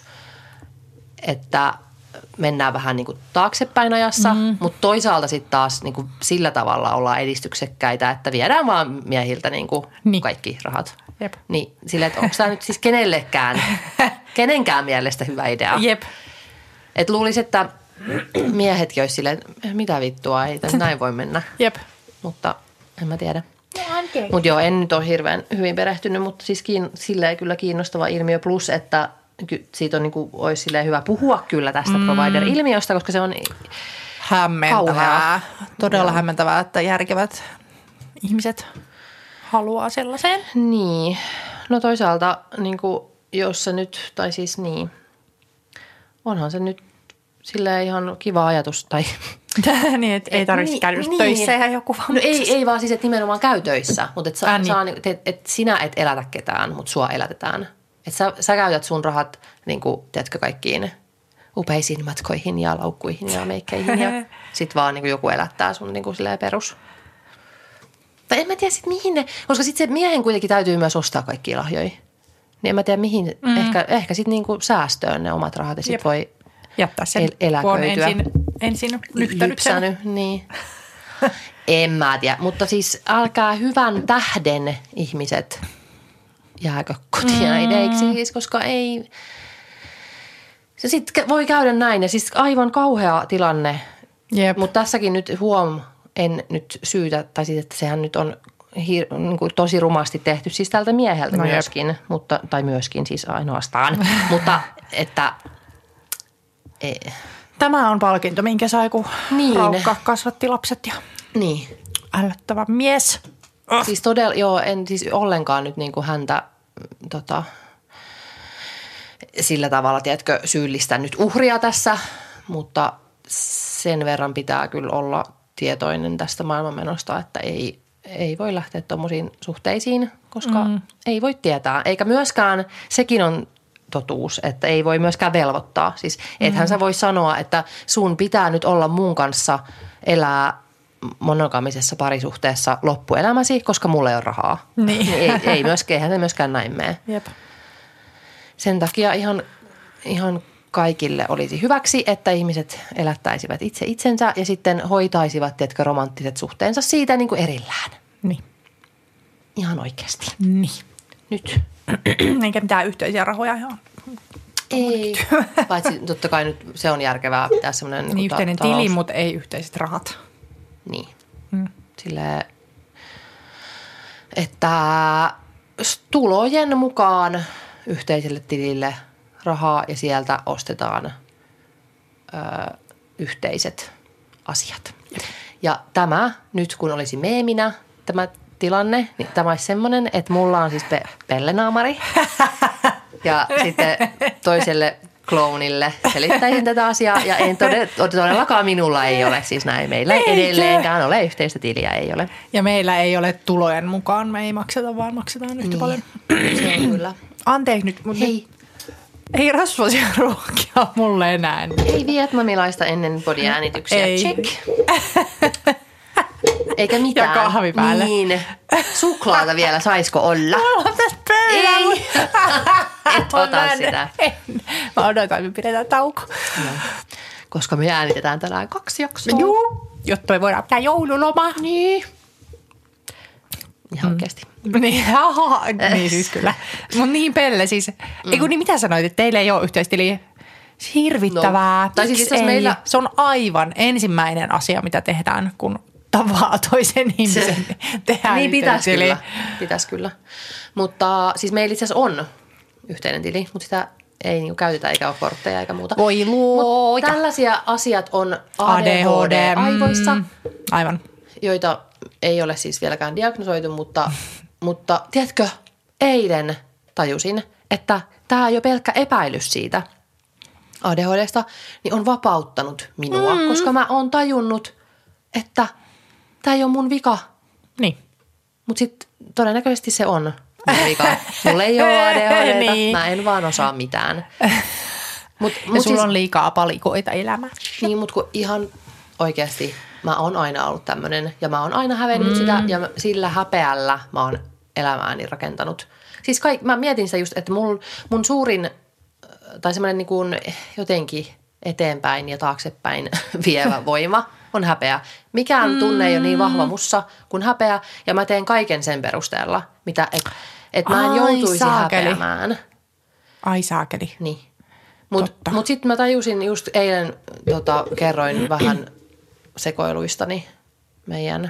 että mennään vähän niin kuin taaksepäin ajassa, mm. mutta toisaalta sitten taas niin kuin sillä tavalla ollaan edistyksekkäitä, että viedään vaan miehiltä niin kuin niin. kaikki rahat. Jep. Niin silleen, että onko tämä nyt siis kenellekään, kenenkään mielestä hyvä idea? Jep. Että luulisi, että miehetkin olisi silleen, että mitä vittua, ei näin voi mennä. Jep. Mutta en mä tiedä. Okay. Mutta joo, en nyt ole hirveän hyvin perehtynyt, mutta siis kiin, silleen kyllä kiinnostava ilmiö plus, että siitä on niin kuin, olisi silleen hyvä puhua kyllä tästä mm. provider-ilmiöstä, koska se on hämmentävää. Kauhea. Todella joo. hämmentävää, että järkevät ihmiset haluaa sellaiseen. Niin. No toisaalta, niin kuin, jos se nyt, tai siis niin, onhan se nyt silleen ihan kiva ajatus. Tai niin, että ei tarvitse niin, käydä niin. töissä ja joku vaan. No ei, ei vaan siis, että nimenomaan käy töissä, mutta että äh, niin. et, et sinä et elätä ketään, mutta sua elätetään. Että sä, sä käytät sun rahat, niin kuin, tiedätkö, kaikkiin upeisiin matkoihin ja laukkuihin ja meikkeihin ja sit vaan niin kuin joku elättää sun niin kuin silleen perus. Tai en mä tiedä sitten mihin ne, koska sitten se miehen kuitenkin täytyy myös ostaa kaikkia lahjoja. Niin en mä tiedä mihin, mm. ehkä, ehkä sitten niinku säästöön ne omat rahat ja sitten voi jättää sen, el- eläköityä. ensin, ensin lyhtänyt sen. Niin. En mä tiedä, mutta siis älkää hyvän tähden ihmiset jääkö kotiäideiksi, mm. siis, koska ei, se sitten voi käydä näin ja siis aivan kauhea tilanne, Jep. mutta tässäkin nyt huom, en nyt syytä, tai siis että sehän nyt on hir- niin kuin tosi rumasti tehty siis tältä mieheltä no myöskin, mutta, tai myöskin siis ainoastaan, mutta että ei. Tämä on palkinto, minkä sai, kun niin. Raukka kasvatti lapset ja niin. ällöttävä mies. Oh. Siis todella, joo, en siis ollenkaan nyt niin kuin häntä tota, sillä tavalla, tiedätkö, syyllistä nyt uhria tässä, mutta sen verran pitää kyllä olla tietoinen tästä maailmanmenosta, että ei, ei voi lähteä tuommoisiin suhteisiin, koska mm. ei voi tietää. Eikä myöskään, sekin on totuus, että ei voi myöskään velvoittaa. Siis ethän mm. sä voi sanoa, että sun pitää nyt olla mun kanssa elää monogamisessa parisuhteessa loppuelämäsi, koska mulla ei ole rahaa. Niin. ei, ei myöskään, eihän se myöskään näin mene. Jep. Sen takia ihan, ihan kaikille olisi hyväksi, että ihmiset elättäisivät itse itsensä ja sitten hoitaisivat, tiedätkö, romanttiset suhteensa siitä niin kuin erillään. Niin. Ihan oikeasti. Niin. Nyt. Eikä mitään yhteisiä rahoja ihan. Ei, paitsi totta kai nyt se on järkevää pitää semmoinen niin, niin ta- yhteinen talous. tili, mutta ei yhteiset rahat. Niin. Hmm. Silleen, että tulojen mukaan yhteiselle tilille rahaa ja sieltä ostetaan ö, yhteiset asiat. Ja tämä nyt kun olisi meeminä tämä tilanne, niin tämä olisi semmoinen, että mulla on siis pe- pellenaamari ja sitten toiselle klounille selittäisin tätä asiaa ja en tode, todellakaan minulla ei ole siis näin. Meillä ei edelleenkään ole yhteistä tiliä, ei ole. Ja meillä ei ole tulojen mukaan, me ei makseta, vaan maksetaan yhtä niin. paljon. Se on kyllä. Anteeksi nyt, mutta Hei. Ei rasvasia ruokia mulle enää. Ei vietnamilaista ennen body-äänityksiä. Ei. Check. Eikä mitään. Ja kahvi päälle. Niin. Suklaata vielä, saisiko olla? Mulla on tässä pöydällä. Ei. Et ota Mä en- sitä. En. Mä odotan, me pidetään tauko. No. Koska me äänitetään tänään kaksi jaksoa. Juu. Jotta me voidaan pitää joululomaa. Niin. Ihan oikeasti. Niin, aha, niin siis kyllä. Mutta niin Pelle siis, mm. ei kun niin mitä sanoit, että teillä ei ole yhteistiliä? Hirvittävää. No. Tai siis Miksi ei? meillä- Se on aivan ensimmäinen asia, mitä tehdään, kun tavaa toisen ihmisen. Tehdään Niin pitäisi yhteistili. kyllä. Pitäisi kyllä. Mutta siis meillä itse asiassa on yhteinen tili, mutta sitä ei niinku käytetä eikä ole kortteja eikä muuta. Voi luoja. Mut tällaisia asiat on A A D D H H D D-aivoissa, mm, aivan. joita ei ole siis vieläkään diagnosoitu, mutta, mutta tiedätkö, eilen tajusin, että tämä jo pelkkä epäilys siitä A D H D:sta niin on vapauttanut minua, mm. koska mä oon tajunnut, että tämä ei ole mun vika, Niin. mutta sitten todennäköisesti se on mun vika. Mulla ei ole A D H D:tä, Niin. mä en vaan osaa mitään. Mut, Ja mut sulla siis, on liikaa palikoita elämää. niin, mutta kun ihan oikeasti mä oon aina ollut tämmöinen ja mä oon aina hävennyt mm. sitä ja mä, sillä häpeällä mä oon elämääni rakentanut. Siis kaik, mä mietin sitä just, että mun, mun suurin tai semmoinen niin kuin jotenkin eteenpäin ja taaksepäin vievä voima on häpeä. Mikään mm. tunne ei ole niin vahva mussa kuin häpeä ja mä teen kaiken sen perusteella, mitä et, et mä en Ai, joutuisi saakeli. häpeämään. Ai saakeli. Niin. Mutta Totta. mut sitten mä tajusin just eilen, tota, kerroin vähän sekoiluistani meidän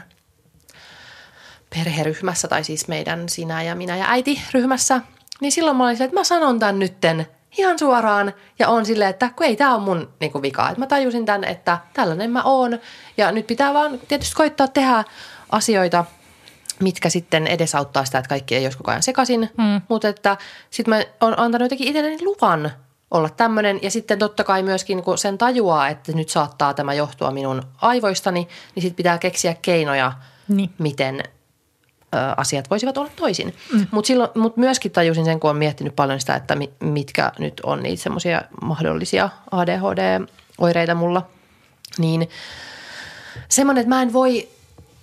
perheryhmässä, tai siis meidän sinä ja minä ja äiti ryhmässä. Niin silloin mä olin silleen, että mä sanon tän nytten ihan suoraan ja on silleen, että kun ei tää ole mun niinku vika. Et mä tajusin tän, että tällainen mä oon ja nyt pitää vaan tietysti koittaa tehdä asioita, mitkä sitten edesauttaa sitä, että kaikki ei olisi koko ajan sekaisin. Mm. Mutta että sitten mä oon antanut jotenkin itselleni luvan olla tämmöinen ja sitten totta kai myöskin kun sen tajuaa, että nyt saattaa tämä johtua minun aivoistani, niin sitten pitää keksiä keinoja, Niin. miten ö, asiat voisivat olla toisin. Mm. Mutta mut myöskin tajusin sen, kun olen miettinyt paljon sitä, että mi, mitkä nyt on niitä semmoisia mahdollisia A D H D-oireita mulla, niin semmoinen, että mä en voi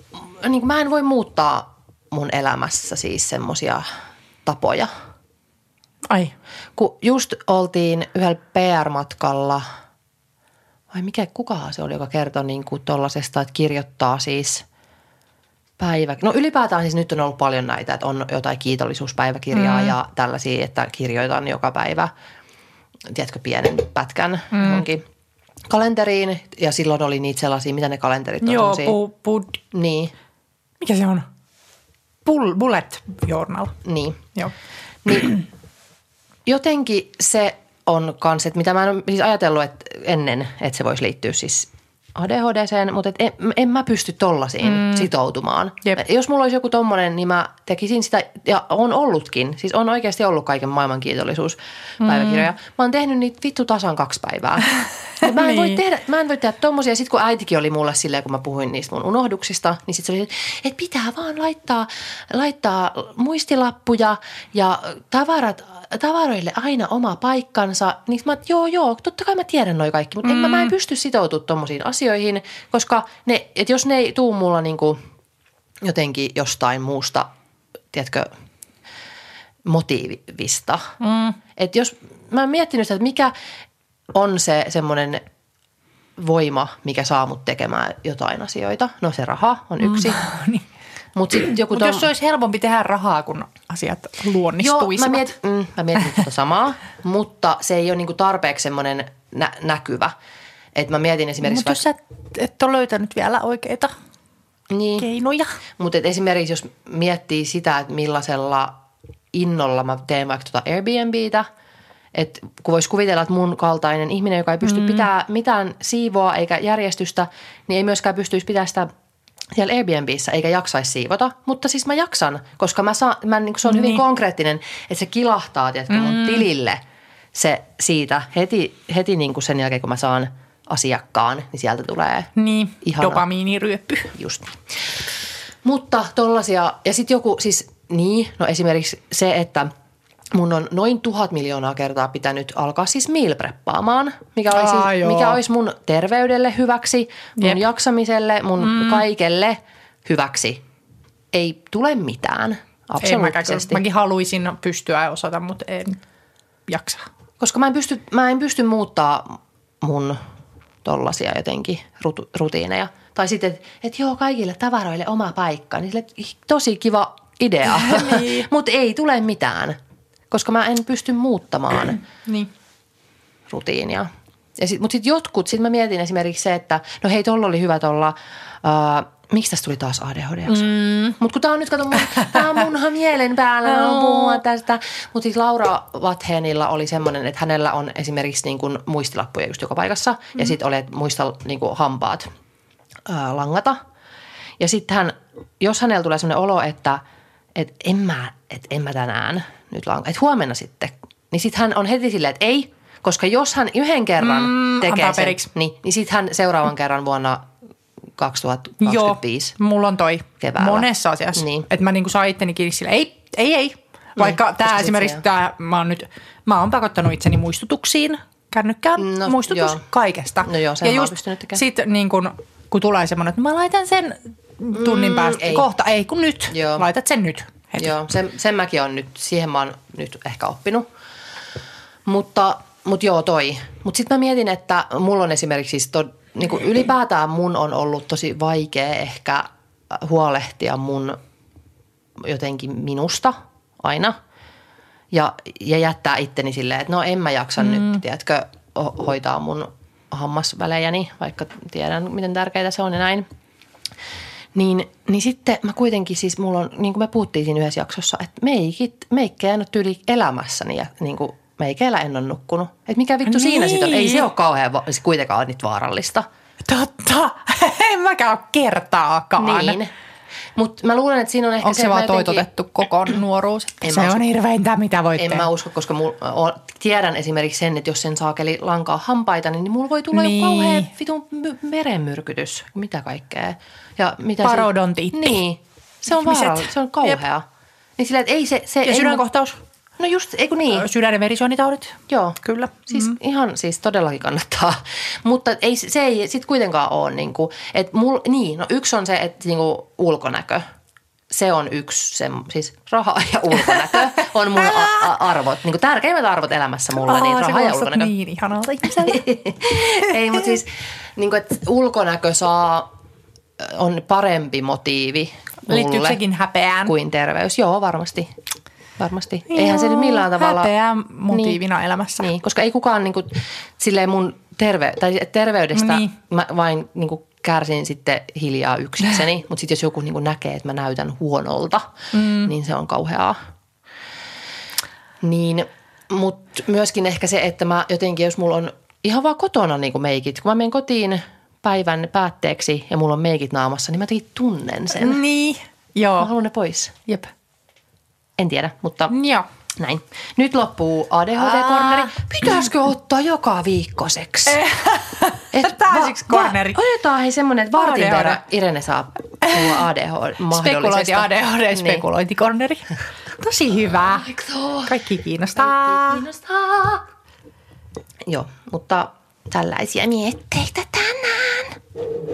niin kuin mä en voi muuttaa mun elämässä siis semmosia tapoja. Ai. Kun just oltiin yhdellä P R-matkalla, vai mikä, kukahan se oli, joka kertoi niin kuin tollasesta, että kirjoittaa siis päivä. No ylipäätään siis nyt on ollut paljon näitä, että on jotain kiitollisuuspäiväkirjaa mm. ja tällaisia, että kirjoitan joka päivä, tiedätkö, pienen pätkän mm. johonkin kalenteriin. Ja silloin oli niitä sellaisia, mitä ne kalenterit on. Joo, pu, pu, niin. Mikä se on? Bull, bullet journal. Niin. Joo. Niin jotenkin se on kans, että mitä mä en ole siis ajatellut että ennen, että se voisi liittyä siis A D H D:seen, mutta et en, en mä pysty tollasiin mm. sitoutumaan. Jep. Jos mulla olisi joku tommonen, niin mä tekisin sitä, ja on ollutkin. Siis on oikeasti ollut kaiken maailman kiitollisuuspäiväkirjoja. Mm. Mä oon tehnyt niitä vittu tasan kaksi päivää. Mä en, niin. voi tehdä, mä en voi tehdä tommosia. Sitten kun äitikin oli mulle silleen, kun mä puhuin niistä mun unohduksista, niin sitten se oli, että pitää vaan laittaa, laittaa muistilappuja ja tavarat, tavaroille aina oma paikkansa. Niin mä joo, joo, totta kai mä tiedän noi kaikki, mutta mm. en, mä, mä en pysty sitoutumaan tommosiin asioihin, koska ne, et jos ne ei tuu mulla niinku jotenkin jostain muusta, tiedätkö, motiivista. Mm. Että jos, mä oon miettinyt sitä, että mikä on se semmoinen voima, mikä saa mut tekemään jotain asioita. No se raha on yksi. Mm, niin. Mutta Mut tom... jos se olisi helpompi tehdä rahaa, kun asiat luonnistuisivat. Joo, mä mietin, mm, mä mietin tuota samaa, mutta se ei ole niinku tarpeeksi semmoinen nä- näkyvä. Että mä mietin esimerkiksi... Mutta jos sä et ole löytänyt vielä oikeita niin. keinoja. Mutta esimerkiksi jos miettii sitä, että millaisella innolla mä teen vaikka tuota Airbnbtä, että kun voisi kuvitella, että mun kaltainen ihminen, joka ei pysty mm. pitämään mitään siivoa eikä järjestystä, niin ei myöskään pystyisi pitämään sitä siellä Airbnbissä eikä jaksaisi siivota. Mutta siis mä jaksan, koska mä saan, mä, niin se on hyvin niin. konkreettinen, että se kilahtaa tiedätkö, mun mm. tilille se siitä heti, heti niin kuin sen jälkeen, kun mä saan asiakkaan, niin sieltä tulee niin, ihana dopamiiniryöppy. Just niin. Mutta tollaisia, ja sitten joku siis niin, no esimerkiksi se, että mun on noin tuhat miljoonaa kertaa pitänyt alkaa siis meal preppaamaan, mikä olisi, Aa, mikä olisi mun terveydelle hyväksi, mun Jep. jaksamiselle, mun mm. kaikelle hyväksi. Ei tule mitään, absoluuttisesti. Ei, mäkin haluaisin pystyä ja osata, mutta en jaksa. Koska mä en pysty, mä en pysty muuttaa mun tollasia jotenkin rut, rutiineja. Tai sitten, että et joo, kaikille tavaroille oma paikka. Niin sille, tosi kiva idea, niin. mutta ei tule mitään. Koska mä en pysty muuttamaan niin. rutiinia. Sit, mutta sitten jotkut, sitten mä mietin esimerkiksi se, että no hei, tolla oli hyvä tolla, uh, miksi tästä tuli taas A D H D-jakso? Mm. Mutta kun tää on nyt, kato, mun, tää on munhan mielen päällä, mä oon puhua tästä. Mutta siis Laura Vathenilla oli semmoinen, että hänellä on esimerkiksi niin kuin muistilappuja just joka paikassa. Mm. Ja sitten oli, että muista niin kuin hampaat uh, langata. Ja sitten hän, jos hänellä tulee semmoinen olo, että et en mä, et en mä tänään nyt lanka, että huomenna sitten, niin sitten hän on heti silleen, että ei, koska jos hän yhden kerran mm, tekee sen, niin, niin sitten hän seuraavan kerran vuonna kaksituhattakaksikymmentäviisi. Joo, mulla on toi keväällä. Monessa asiassa, niin. Että mä niinku saan itteni kiinni sille, ei, ei, ei. Vaikka niin, tämä esimerkiksi, tää, mä oon nyt, mä oon pakottanut itseni muistutuksiin, kännykkään no, muistutus joo. kaikesta. No joo, sen ja mä oon pystynyt tekemään. Sitten niin kun, kun tulee semmoinen, että mä laitan sen tunnin päästä, mm, ei. kohta, ei kun nyt, joo. laitat sen nyt. Heti. Joo, sen, sen mäkin on nyt, siihen mä oon nyt ehkä oppinut. Mutta, mutta joo toi. Mutta sitten mä mietin, että mulla on esimerkiksi siis to, niin kuin ylipäätään mun on ollut tosi vaikea ehkä huolehtia mun jotenkin minusta aina. Ja, ja jättää itteni silleen, että no en mä jaksa mm. nyt, tiedätkö, hoitaa mun hammasvälejäni, vaikka tiedän miten tärkeää se on ja näin. Niin, niin sitten mä kuitenkin siis, mulla on, niin kuin me puhuttiin siinä yhdessä jaksossa, että meikit, meikkejä en ole tyyli elämässäni ja niin kuin meikeillä en ole nukkunut. Että mikä vittu niin. siinä sitten on? Ei se ole kauhean, se kuitenkaan ole nyt vaarallista. Totta, en mäkään ole kertaakaan. Niin, mutta mä luulen, että siinä on ehkä onko se, se vaan jotenkin toitotettu koko nuoruus? Se usko. On hirveintä, mitä voit En tehdä. Mä usko, koska mul, o, tiedän esimerkiksi sen, että jos sen saakeli lankaa hampaita, niin mulla voi tulla niin. jo kauhean vitun verenmyrkytys. Mitä kaikkea. Ja mitä parodontiitti. Niin, se on vaarallista, se on kauhea. Jep. Niin sillä, että ei se... se ja sydänkohtaus. No just, eikö niin? Sydän- ja verisuonitaudit. Joo. Kyllä. Siis mm. ihan siis todellakin kannattaa, mutta ei, se ei sitten kuitenkaan ole niin kuin, että mul, niin, no yksi on se, että niin kuin ulkonäkö. Se on yksi, se, siis raha ja ulkonäkö on mun a- a- arvot, niin kuin tärkeimmät arvot elämässä mulle, Aa, niin raha ja ulkonäkö. niin ihanalta ihmiseltä. Ei, mutta siis niin kuin, että ulkonäkö saa, on parempi motiivi Liittyykö sekin häpeään? Kuin terveys. Joo, varmasti. Varmasti. Joo, eihän se nyt millään tavalla. Häpeä motiivina niin, elämässä. Niin, koska ei kukaan niin kuin, silleen mun terve, tai terveydestä niin. mä vain niin kuin, kärsin sitten hiljaa yksikseni. Mutta sitten jos joku niin kuin, näkee, että mä näytän huonolta, mm. niin se on kauheaa. Niin, mutta myöskin ehkä se, että mä jotenkin, jos mulla on ihan vaan kotona niin kuin meikit. Kun mä menen kotiin päivän päätteeksi ja mulla on meikit naamassa, niin mä jotenkin tunnen sen. Niin, joo. Mä haluan ne pois. Jep. En tiedä, mutta joo. Näin. Nyt loppuu A D H D-korneri. Pitäisikö ottaa joka viikkoseksi? Täysiksi korneri. Otetaan hei semmoinen, että vartin verran Irene saa puhua A D H D-mahdollisesta. Spekulointi A D H D-spekulointikorneri. Tosi hyvä. Kaikki kiinnostaa. Kaikki kiinnostaa. Joo, mutta tällaisia mietteitä tänään.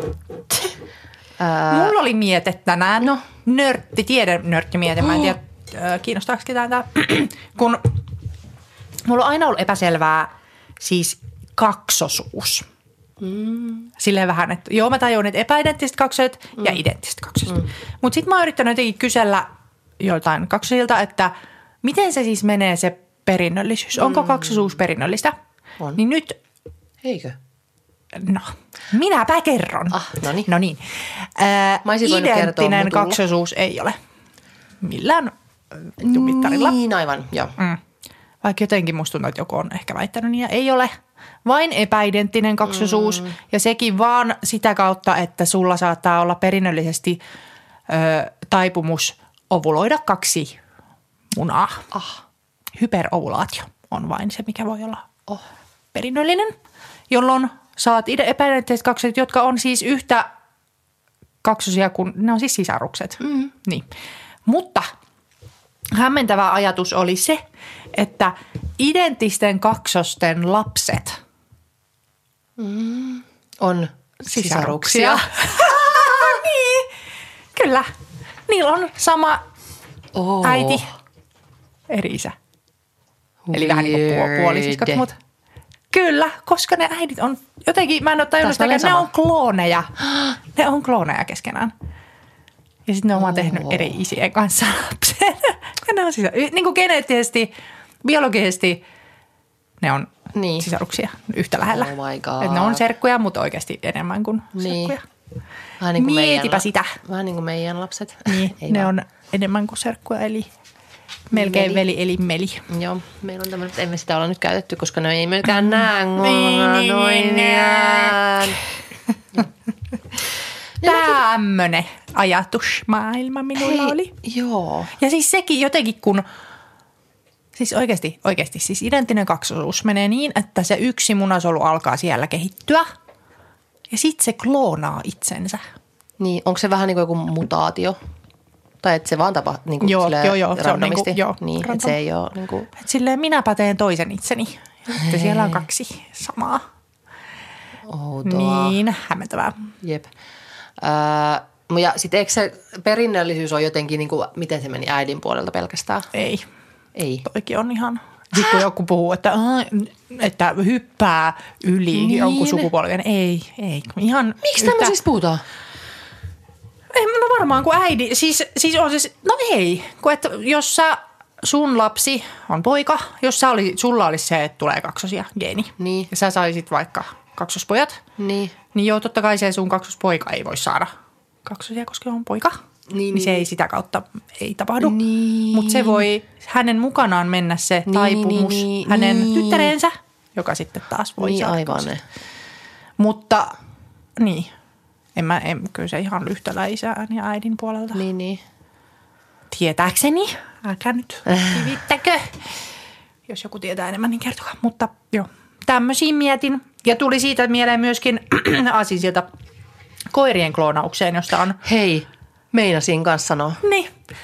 Mulla oli miete tänään. No. Nörtti, tiede nörttimiete. Mä en tiedä, kiinnostaako ketään tää. Kun mulla on aina ollut epäselvää siis kaksosuus. Mm. Silleen vähän, että joo mä tajun, että epäidenttiset kaksoset mm. ja identtiset kaksoset. Mm. Mutta sitten mä oon yrittänyt jotenkin kysellä joiltain kaksosilta, että miten se siis menee se perinnöllisyys. Onko mm. kaksosuus perinnöllistä? On. Niin nyt... Eikö? No, minäpä kerron. Ah, no niin. No niin. Äh, identtinen kertoa, kaksosuus ei ole millään mittarilla. Niin, aivan, joo. Mm. Vaikka jotenkin musta tuntuu, että joku on ehkä väittänyt niin ja ei ole. Vain epäidenttinen kaksosuus mm. ja sekin vaan sitä kautta, että sulla saattaa olla perinnöllisesti ö, taipumus ovuloida kaksi munaa. Ah. Hyperovulaatio on vain se, mikä voi olla oh. perinnöllinen, jolloin saat epäidenttiset kaksoset, jotka on siis yhtä kaksosia kuin, ne on siis sisarukset. Mm. Niin. Mutta hämmentävä ajatus oli se, että identtisten kaksosten lapset mm. on sisaruksia. sisaruksia. Niin, kyllä. Niillä on sama oh. äiti, eri isä. Weird. Eli vähän niin kuin puolisiskot, mutta kyllä, koska ne äidit on jotenkin, mä en ole tajunnut sitä, ne on klooneja. Ne on klooneja keskenään. Ja sitten ne on vaan tehnyt eri isien kanssa lapsen. Ja ne on siis, niin kuin geneettisesti, biologisesti, ne on niin. sisaruksia yhtä lähellä. Oh my god. Et ne on serkkuja, mutta oikeasti enemmän kuin niin. serkkuja. Vähän niin kuin Mietipä meidän, sitä. Vähän niin kuin meidän lapset. Niin, Ei ne vaan. On enemmän kuin serkkuja, eli melkein veli, veli eli meli. Joo, meillä on tämmöinen, emme sitä ole nyt käytetty, koska ne ei myöskään näe. Niin, tämmönen ajatusmaailma minulla Hei, oli. Joo. Ja siis sekin jotenkin, kun siis oikeasti, oikeasti siis identtinen kaksosuus menee niin, että se yksi munasolu alkaa siellä kehittyä ja sitten se kloonaa itsensä. Niin, onko se vähän niin kuin joku mutaatio? Tai että se vaan tapahtuu niin kuin joo, joo, joo, se on niin kuin, joo, niin, että se ei ole niin kuin että silleen minäpä teen toisen itseni. Että siellä on kaksi samaa. Outoa. Niin, hämmentävää. Jep. Öö, ja sitten eikö se perinnöllisyys on jotenkin, niin kuin, miten se meni äidin puolelta pelkästään? Ei. Ei. Toikin on ihan, sitten kun joku puhuu, että, että hyppää yli niin. jonkun sukupolven. Ei, ei. Ihan miksi yhtä tämmöisistä puhutaan? Ei, no varmaan kun äidi, siis, siis on siis, no ei. Kun että jos sä, sun lapsi on poika, jos sä oli, sulla olisi se, että tulee kaksosia geeni. Niin. Ja sä saisit vaikka kaksospojat. Niin. Niin joo, totta kai se sun kaksospoika ei voi saada kaksosia, koska on poika. Niin, niin se ei sitä kautta ei tapahdu. Niin. Mutta se voi hänen mukanaan mennä se niin, taipumus niin, niin, hänen niin. tyttäreensä, joka sitten taas voi niin, saada aivan kaksosia. Mutta niin, en mä, en, kyllä se ihan yhtälä isän ja äidin puolelta. Niin, niin. Tietääkseni, älkää nyt kivittäkö. Jos joku tietää enemmän, niin kertokaa. Mutta joo, tämmöisiä mietin. Ja tuli siitä mieleen myöskin Asisilta koirien kloonaukseen, josta on... Hei, meinasin kanssa sanoa. Niin.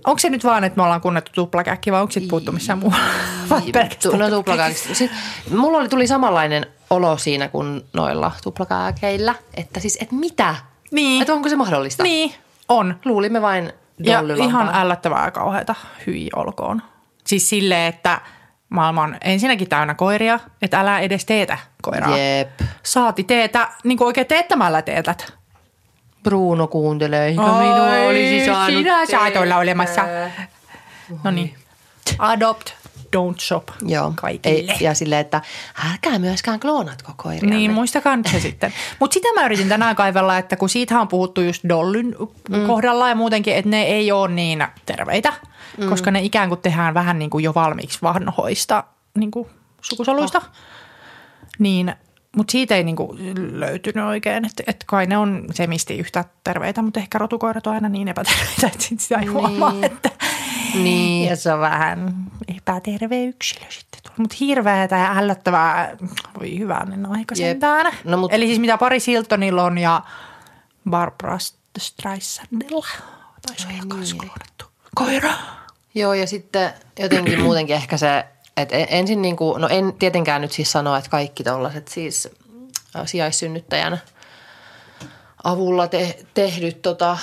Onko se nyt vaan, että me ollaan kunnettu tuplakäkki vai onko sitten puhuttu missään muualla? Vai pelkästään No tuplakäkki. Sitten mulla oli, tuli samanlainen olo siinä kuin noilla tuplakäkeillä, että siis, että mitä? Niin. Että onko se mahdollista? Niin, on. Luulimme vain Ja dollylampaan. ihan ällöttävää ja kauheata, hyi olkoon. Siis silleen, että maailma on ensinnäkin täynnä koiria, että älä edes teetä koiraa. Jep. Saati teetä, niin kuin oikein teettämällä teetät. Bruno kuuntelee, eikä minua olisi saanut sinä saat tehdä. olla olemassa. No niin. Adopt, don't shop. Joo. Kaikille. Ei, ja silleen, että älkää myöskään kloonatko koirianne. Niin, muistakaa nyt se sitten. Mutta sitä mä yritin tänään kaivella, että kun siitä on puhuttu just dollyn mm. kohdalla ja muutenkin, että ne ei ole niin terveitä, mm. koska ne ikään kuin tehdään vähän niin kuin jo valmiiksi vanhoista niin kuin sukusoluista. Oh. Niin, mutta siitä ei niin kuin löytynyt oikein, että, että kai ne on semisti yhtä terveitä, mutta ehkä rotukoirat on aina niin epäterveitä, että sitä ei huomaa, niin. että niin. ja se on vähän epäterve yksilö sitten. Mutta hirveätä ja ällöttävää, voi hyvänen aika sentään. No, mut... Eli siis mitä Paris Hiltonilla on ja Barbara Streisandilla. Taisi olla kanssa kloonattu koira. Joo, ja sitten jotenkin muutenkin ehkä se, että ensin niin kuin, no en tietenkään nyt siis sanoa, että kaikki tollaiset siis sijaissynnyttäjän avulla te, tehdyt tota,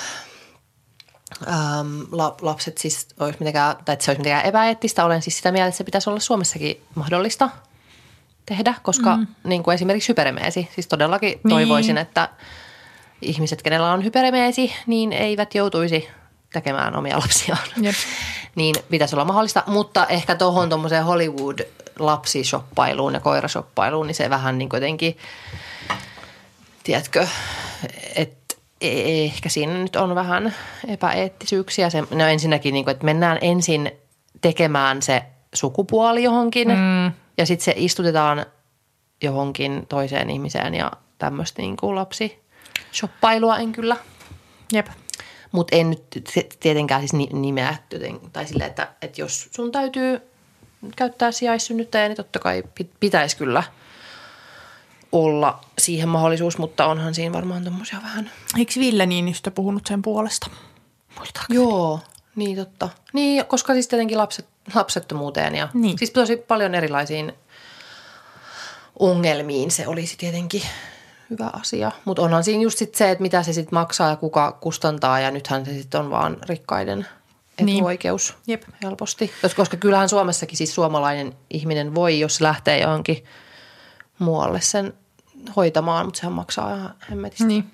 äm, lapset siis olisi mitenkään, tai että se olisi mitenkään epäeettistä. Olen siis sitä mieltä, että se pitäisi olla Suomessakin mahdollista tehdä, koska mm. niin kuin esimerkiksi hyperemeesi, siis todellakin toivoisin, niin. että ihmiset, kenellä on hyperemeesi, niin eivät joutuisi tekemään omia lapsiaan. Jep. Niin pitäisi olla mahdollista, mutta ehkä tuohon tuommoiseen Hollywood-lapsishoppailuun ja koirashoppailuun, niin se vähän niin kuitenkin, tiedätkö, että ehkä siinä nyt on vähän epäeettisyyksiä. Se, no ensinnäkin, niin kuin, että mennään ensin tekemään se sukupuoli johonkin mm. ja sitten se istutetaan johonkin toiseen ihmiseen ja tämmöistä niin kuin lapsishoppailua en kyllä. Jep. Mutta en nyt tietenkään siis nimeä, tai silleen, että, että jos sun täytyy käyttää sijaissynnyttäjää, niin totta kai pitäisi kyllä olla siihen mahdollisuus, mutta onhan siinä varmaan tommosia vähän. Eikö Ville Niinistö puhunut sen puolesta? Muistaakseni? Joo, niin totta. Niin, koska siis tietenkin lapset, lapsettomuuteen ja niin. Siis tosi paljon erilaisiin ongelmiin se olisi tietenkin hyvä asia. Mutta onhan siinä just sit se, että mitä se sitten maksaa ja kuka kustantaa ja nythän se sitten on vaan rikkaiden etuoikeus niin. Jep. helposti. Koska kyllähän Suomessakin siis suomalainen ihminen voi, jos se lähtee johonkin muualle sen hoitamaan, mutta sehän maksaa ihan hemmetisti. Niin.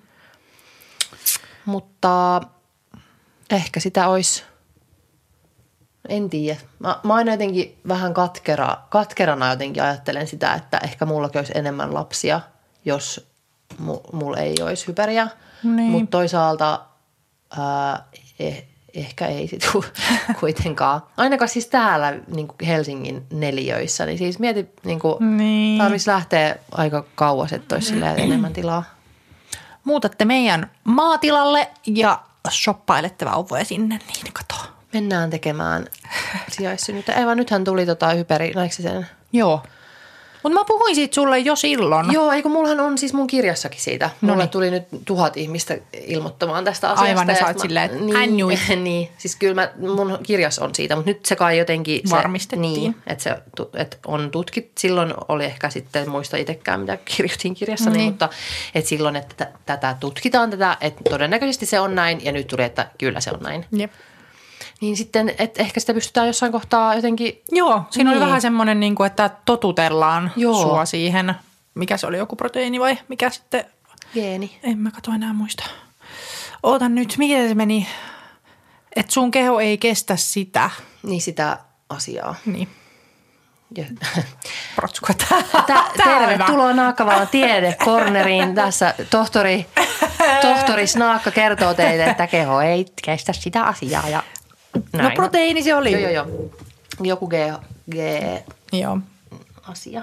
Mutta ehkä sitä olisi, en tiedä. Mä, mä aina jotenkin vähän katkera, katkerana jotenkin ajattelen sitä, että ehkä mullakin olisi enemmän lapsia, jos mulla ei olisi hyperiä. Niin. Mutta toisaalta ää, eh, ehkä ei sit kuitenkaan. Ainakaan siis täällä niin kuin Helsingin neliöissä, niin siis mieti, niin kuin niin. tarvitsisi lähteä aika kauas, että olisi enemmän tilaa. Muutatte meidän maatilalle ja shoppailette vauvoja sinne, niin kato. Mennään tekemään sijaissynnyttä. Ei vaan nythän tuli tota hyperi, näikö sen? Joo. Mutta mä puhuin siitä sulle jo silloin. Joo, eikö mullahan on siis mun kirjassakin siitä. Mulle Noniin. tuli nyt tuhat ihmistä ilmoittamaan tästä asiasta. Aivan, ne sä oot silleen, että niin, niin, siis kyllä mä, mun kirjas on siitä, mutta nyt se kai jotenkin se, varmistettiin. Niin, että se että on tutkittu. Silloin oli ehkä sitten, muista itsekään mitä kirjoitin kirjassa, niin. mutta että silloin, että t- tätä tutkitaan tätä, että todennäköisesti se on näin ja nyt tuli, että kyllä se on näin. Jep. Niin sitten, että ehkä sitä pystytään jossain kohtaa jotenkin. Joo, siinä niin. oli vähän semmoinen, niin kuin, että totutellaan Joo. sua siihen. Mikä se oli, joku proteiini vai mikä sitten? Geeni. En mä katso enää muista. Ootan nyt, miten se meni, että sun keho ei kestä sitä. Niin sitä asiaa. Niin. Protsku. Tervetuloa Naakkavalan tiedekorneriin. Tässä tohtori, tohtori Snaakka kertoo teille, että keho ei kestä sitä asiaa ja näin. No proteiini se oli. Joo, joo, joo. Joku G, G joo. asia.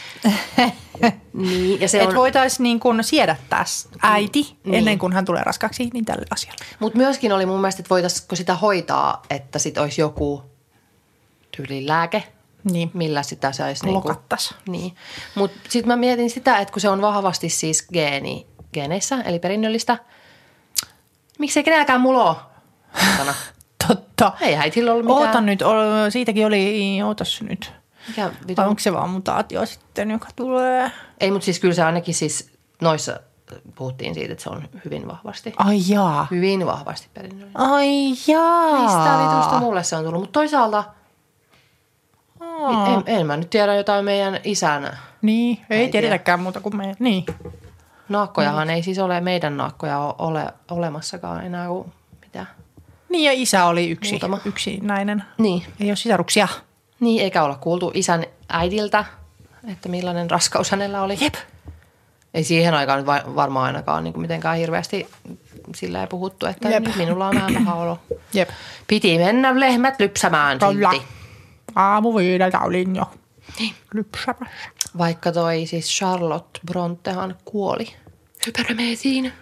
Niin, ja se et on voitaisiin niin kuin siedättää äiti niin. ennen kuin hän tulee raskaaksi, niin tälle asialle. Mutta myöskin oli mun mielestä, että voitaisiinko sitä hoitaa, että sit olisi joku tyyliin lääke, niin. millä sitä saisi niinku lokattaisi. Niin. Mutta sitten mä mietin sitä, että kun se on vahvasti siis geeni, geeneissä, eli perinnöllistä, miksei kenelläkään mulla ole? Totta. mutta ei äitillä ollut mitään. Oota nyt, siitäkin oli, ootas nyt. Mikä Vai onko se vaan mutaatio sitten, joka tulee? Ei, mutta siis kyllä se ainakin siis noissa puhuttiin siitä, että se on hyvin vahvasti. Ai jaa. Hyvin vahvasti perinnöllinen. Ai jaa. Mistä vitusta mulle se on tullut? Mutta toisaalta en, en mä nyt tiedä jotain meidän isän. Niin, ei, ei tiedetäkään tiedä. muuta kuin me. Niin. Naakkojahan mm. ei siis ole, meidän naakkoja ole olemassakaan enää kuin mitä. Niin ja isä oli yksi, Muutama. yksi nainen. Niin. Ei ole sisaruksia. Niin, eikä olla kuultu isän äidiltä, että millainen raskaus hänellä oli. Jep. Ei siihen aikaan nyt varmaan ainakaan niin kuin mitenkään hirveästi sillä ei puhuttu, että Jep. nyt minulla on vähän paha olo. Jep. Piti mennä lehmät lypsämään silti. Aamu viideltä olin jo lypsämässä. Vaikka toi siis Charlotte Brontehan kuoli hyperemeesiin.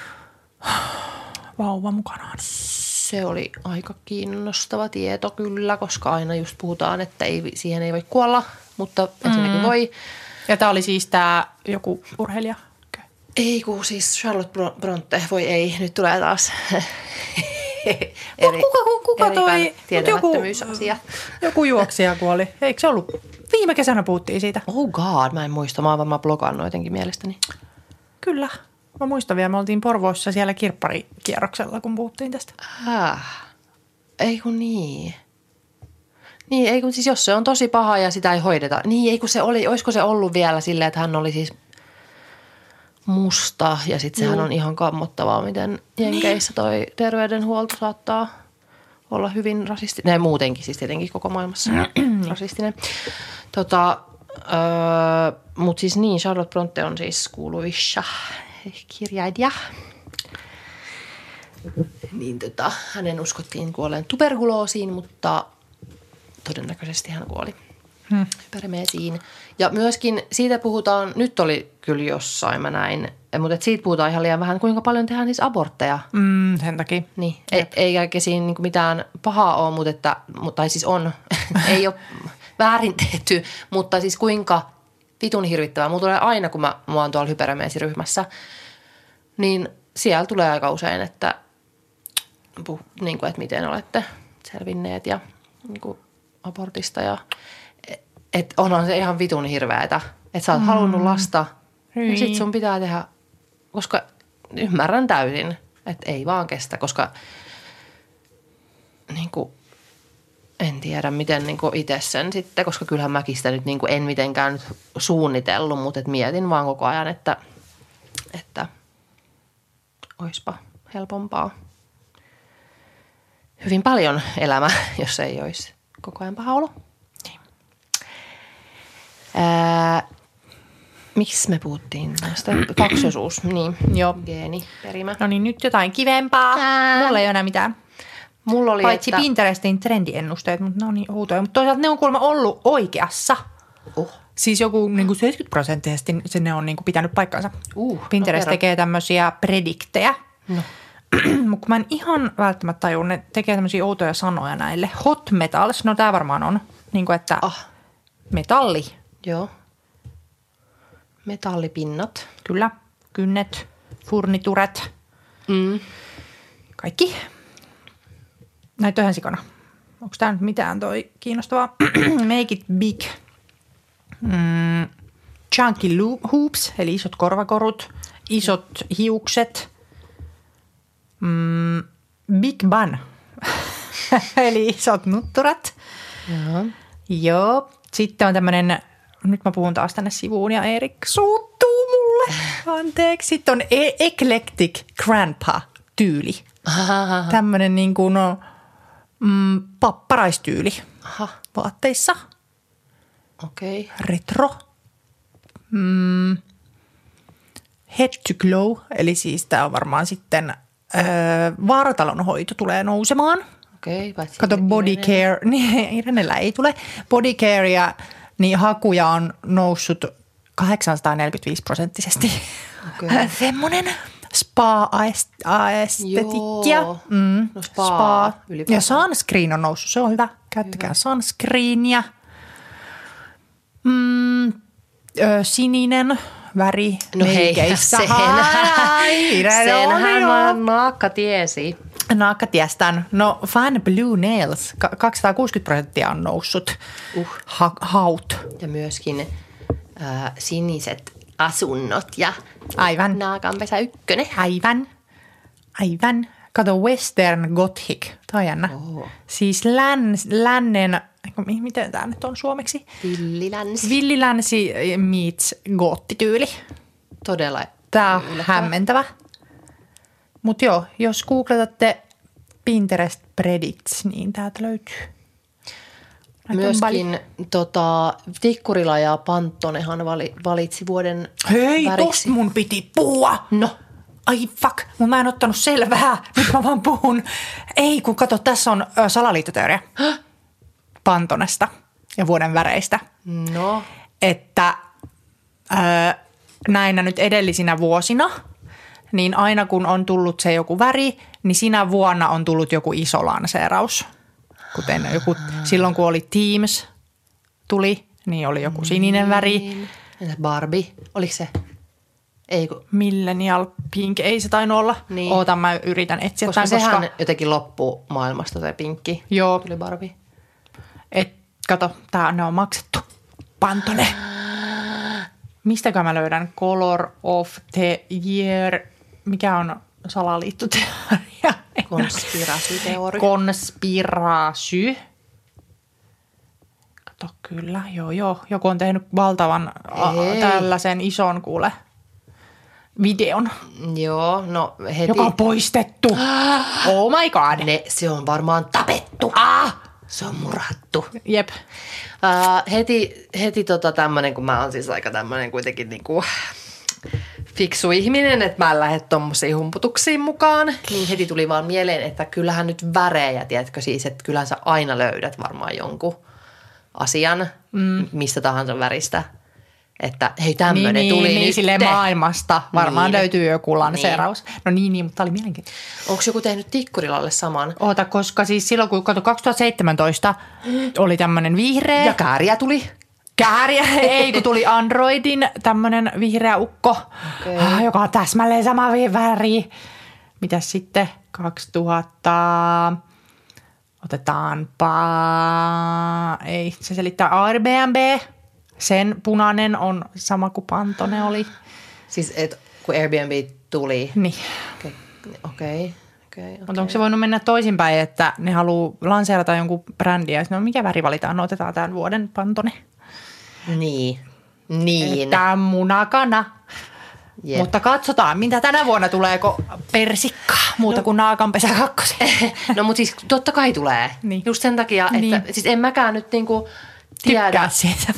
Vauva mukanaan. Se oli aika kiinnostava tieto kyllä, koska aina just puhutaan, että ei, siihen ei voi kuolla, mutta ensinnäkin mm. voi. Ja tää oli siis tää joku urheilija? Okay. Ei kun siis Charlotte Bronte, voi ei, nyt tulee taas eri, kuka, kuka toi? tietämättömyysasia. Joku, joku juoksija kuoli. Eikö se ollut? Viime kesänä puhuttiin siitä. Oh god, mä en muista. Mä oon varmaan blogannut jotenkin mielestäni. Kyllä. Mä muistan vielä, me oltiin Porvoossa siellä kirpparikierroksella, kun puhuttiin tästä. Häh? Ei kun niin. Niin, ei kun siis jos se on tosi paha ja sitä ei hoideta. Niin, ei kun se oli, olisiko se ollut vielä silleen, että hän oli siis musta ja sitten sehän on ihan kammottavaa, miten Jenkeissä toi terveydenhuolto saattaa olla hyvin rasistinen. Ja muutenkin siis tietenkin koko maailmassa rasistinen. Tota, öö, mutta siis niin, Charlotte Bronte on siis kuuluisa kirjailija. Niin tota, hänen uskottiin kuolleen tuberkuloosiin, mutta todennäköisesti hän kuoli hmm. hyperemeesiin. Ja myöskin siitä puhutaan, nyt oli kyllä jossain mä näin, mutta siitä puhutaan ihan liian vähän, kuinka paljon tehdään siis abortteja. Mm, sen takia. Niin, e- eikä siinä niinku mitään pahaa ole, mutta että, tai siis on, ei ole väärin tehty, mutta siis kuinka vitun hirvittävää. Mulla tulee aina, kun mä, mä oon tuolla hyperemeesiryhmässä, niin siellä tulee aika usein, että, puh, niin kuin, että miten olette selvinneet ja niin kuin abortista ja että onhan se ihan vitun hirveätä, että sä oot mm. halunnut lasta ja sit sun pitää tehdä, koska ymmärrän täysin, että ei vaan kestä, koska niin kuin, en tiedä miten niin kuin itse sen sitten, koska kyllähän mäkin sitä nyt niin kuin en mitenkään nyt suunnitellut, mutta et mietin vaan koko ajan, että, että oispa helpompaa hyvin paljon elämä, jos ei olisi koko ajan paha olo. Niin. Ää, miksi me puhuttiin tästä? Kaksosuus, niin. Joo. Geeniperimä. No niin, nyt jotain kivempaa. Ää. Mulla ei ole enää mitään. Mulla oli, paitsi että Pinterestin trendiennusteet, mutta ne on niin outoja. Mutta toisaalta ne on kuulemma ollut oikeassa. Uh. Siis joku niin kuin seitsemänkymmentä prosenttisesti se ne on niin kuin pitänyt paikkansa. Uh, Pinterest no tekee tämmöisiä prediktejä. No. Mutta mä en ihan välttämättä tajua, ne tekee tämmöisiä outoja sanoja näille. Hot metals, no tää varmaan on. Niin kuin että Ah. metalli. Joo. Metallipinnat. Kyllä. Kynnet, furnituret. Mm. Kaikki. Näitä on sikana. Onko tää nyt mitään toi kiinnostavaa? Make it big. Mm. Chunky hoops, eli isot korvakorut. Isot hiukset. Mm. Big bun, eli isot nutturat. Joo. Joo. Sitten on tämmönen, nyt mä puhun taas tänne sivuun ja Erik suuttuu mulle. Anteeksi. Sitten on e- eclectic grandpa-tyyli. Tämmönen niin kuin no, mm, papparaistyyli. Aha. Vaatteissa. Okei. Okay. Retro. Mm. Head to glow, eli siis tää on varmaan sitten öö, vaaratalonhoito tulee nousemaan. Okei, okay, kato body care, niin Irenellä ei tule. Body care ja niin hakuja on noussut kahdeksansataaneljäkymmentäviisi prosenttisesti. Okay. Semmoinen spa-estetiikkia. Mm, no spa, spa. Ylipäätään. Ja sunscreen on noussut, se on hyvä. Käyttäkää hyvä. Sunscreenia. Mm, ö, sininen väri no meikeissä. Hei, senhän, senhän naakka tiesi. Naakkatiestään. No Fan Blue Nails, kaksisataakuusikymmentä prosenttia on noussut. Uh. Ha- haut. Ja myöskin äh, siniset asunnot ja Aivan. Naakanpesä ykkönen. Aivan. Aivan. Kato, Western Gothic. Tämä on jännä. Oh. Siis län, lännen, miten tämä nyt on suomeksi? Villilänsi. Villilänsi meets goottityyli. Todella. Tämä on hämmentävä. Mutta joo, jos googletatte Pinterest Predicts, niin täältä löytyy. Näitä myöskin tota, Tikkurila ja Panttonehan vali, valitsi vuoden Hei, väriksi. tosta mun piti puhua. No. Ai fuck, mutta mä en ottanut selvää. Nyt mä vaan puhun. Ei, kun kato, tässä on ö, salaliittoteoria Pantonesta ja vuoden väreistä. No. Että ö, näinä nyt edellisinä vuosina, niin aina kun on tullut se joku väri, niin sinä vuonna on tullut joku iso lanseeraus. Kuten joku, silloin kun oli Teams tuli, niin oli joku sininen väri. Entä Barbie? Oliko se? Ei kun... Millennial Pink, ei se tainnut olla. Niin. Oota, mä yritän etsiä koska tämän, sehän koska... jotenkin loppuu maailmasta se pinkki. Joo. Tuli Barbie. Et, kato, tää ne on maksettu. Pantone. Mistäkään mä löydän Color of the Year, mikä on salaliittoteoria? Konspirasyteoria. Konspirasy. Kato, kyllä, joo, joo. Joku on tehnyt valtavan a, tällaisen ison, kuule, videon. Joo, no heti. Joka on poistettu. Oh my god. Ne, se on varmaan tapettu. Ah! Se on murhattu. Jep. Uh, heti heti tota tämmönen, kun mä oon siis aika tämmönen kuitenkin niinku fiksu ihminen, että mä en lähde tommosiin humputuksiin mukaan. Niin heti tuli vaan mieleen, että kyllähän nyt värejä, tiedätkö siis, että kyllähän sä aina löydät varmaan jonkun asian, mm. mistä tahansa väristä. Että hei tämmönen niin, tuli niin, nyt. Silleen maailmasta varmaan niin. löytyy joku lanseeraus. Niin. No niin, niin, mutta tämä oli mielenkiintoista. Onko joku tehnyt Tikkurilalle saman? Oota, koska siis silloin kun kato kaksituhattaseitsemäntoista oli tämmöinen vihreä. Ja kääriä tuli. Kääriä, ei kun tuli Androidin tämmöinen vihreä ukko, okay. joka on täsmälleen sama väri. Mitäs sitten kaksituhatta, otetaanpa, ei se selittää Airbnb. Sen punainen on sama kuin Pantone oli. Siis et, kun Airbnb tuli. Niin. Okei, okei. Okay, okay, mutta onko se voinut mennä toisinpäin, että ne haluaa lanseerata jonkun brändiä. No mikä väri valitaan? No otetaan tämän vuoden Pantone. Niin. Niin. Tämä on munakana. Jep. Mutta katsotaan, mitä tänä vuonna tuleeko persikkaa muuta no. kuin naakanpesä kakkosen. No mutta siis totta kai tulee. Niin. Just sen takia, että niin. siis en mäkään nyt niinku tiedä. Tykkää siitä.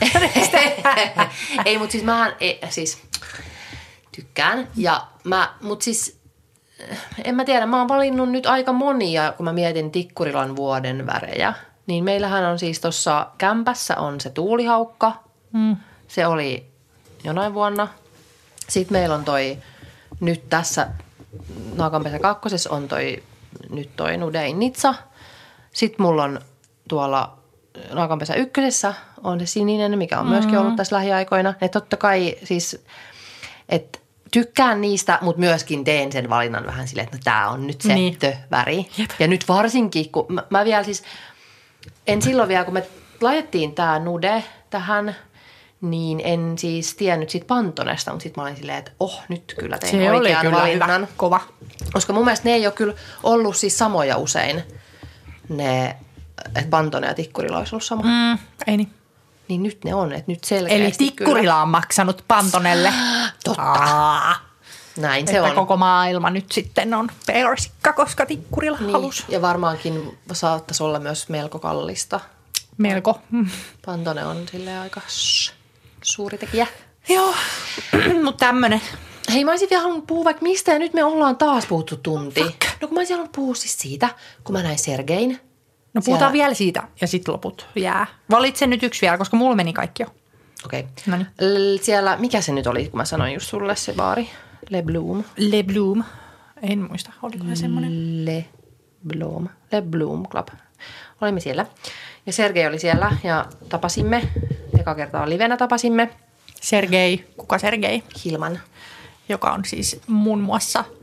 Ei, mutta siis mähän, ei, siis tykkään. Ja mä, mutta siis en mä tiedä, mä oon valinnut nyt aika monia, kun mä mietin Tikkurilan vuoden värejä. Niin meillähän on siis tuossa kämpässä on se tuulihaukka. Mm. Se oli jonain vuonna. Sitten meillä on toi, nyt tässä Naakanpesä kakkosessa on toi, nyt toi Nudeinitsa. Sitten mulla on tuolla Naakanpesä ykkösessä on se sininen, mikä on myöskin ollut tässä lähiaikoina. Ja totta kai siis, että tykkään niistä, mutta myöskin teen sen valinnan vähän silleen, että no, tää on nyt se niin. väri. Jep. Ja nyt varsinkin, kun mä, mä vielä siis, en silloin vielä, kun me laitettiin tää Nude tähän, niin en siis tiennyt siitä Pantonesta, mutta sitten mä olin silleen, että oh, nyt kyllä tein se oikean oli valinnan. Hyvä. Kova. Koska mun mielestä ne ei ole kyllä ollut siis samoja usein, ne, että Pantone ja Tikkurila olisi ollut sama. Mm, ei niin. Niin nyt ne on, että nyt selkeästi eli Tikkurila kyllä on maksanut Pantonelle. Totta. Aa, näin se että on. koko maailma nyt sitten on persikka, koska Tikkurila niin. halusi. Ja varmaankin saattaisi olla myös melko kallista. Melko. Pantone on silleen aika suuri tekijä. Joo, mutta tämmönen. Hei, mä olisin vielä halunnut puhua vaikka mistä ja nyt me ollaan taas puhuttu tunti. Fuck. No kun mä olisin halunnut puhua siis siitä, kun mä näin Sergein. No puhutaan siellä vielä siitä ja sitten loput jää. Valitse nyt yksi vielä, koska mulla meni kaikki jo. Okei. Okay. Noniin. Siellä, mikä se nyt oli, kun mä sanoin just sulle se baari? Le Bloom. Le Bloom. En muista, oliko se semmoinen? Le Bloom. Le Bloom Club. Olimme siellä. Ja Sergei oli siellä ja tapasimme. Eka kertaa livenä tapasimme. Sergei. Kuka Sergei? Hilman. Joka on siis muun muassa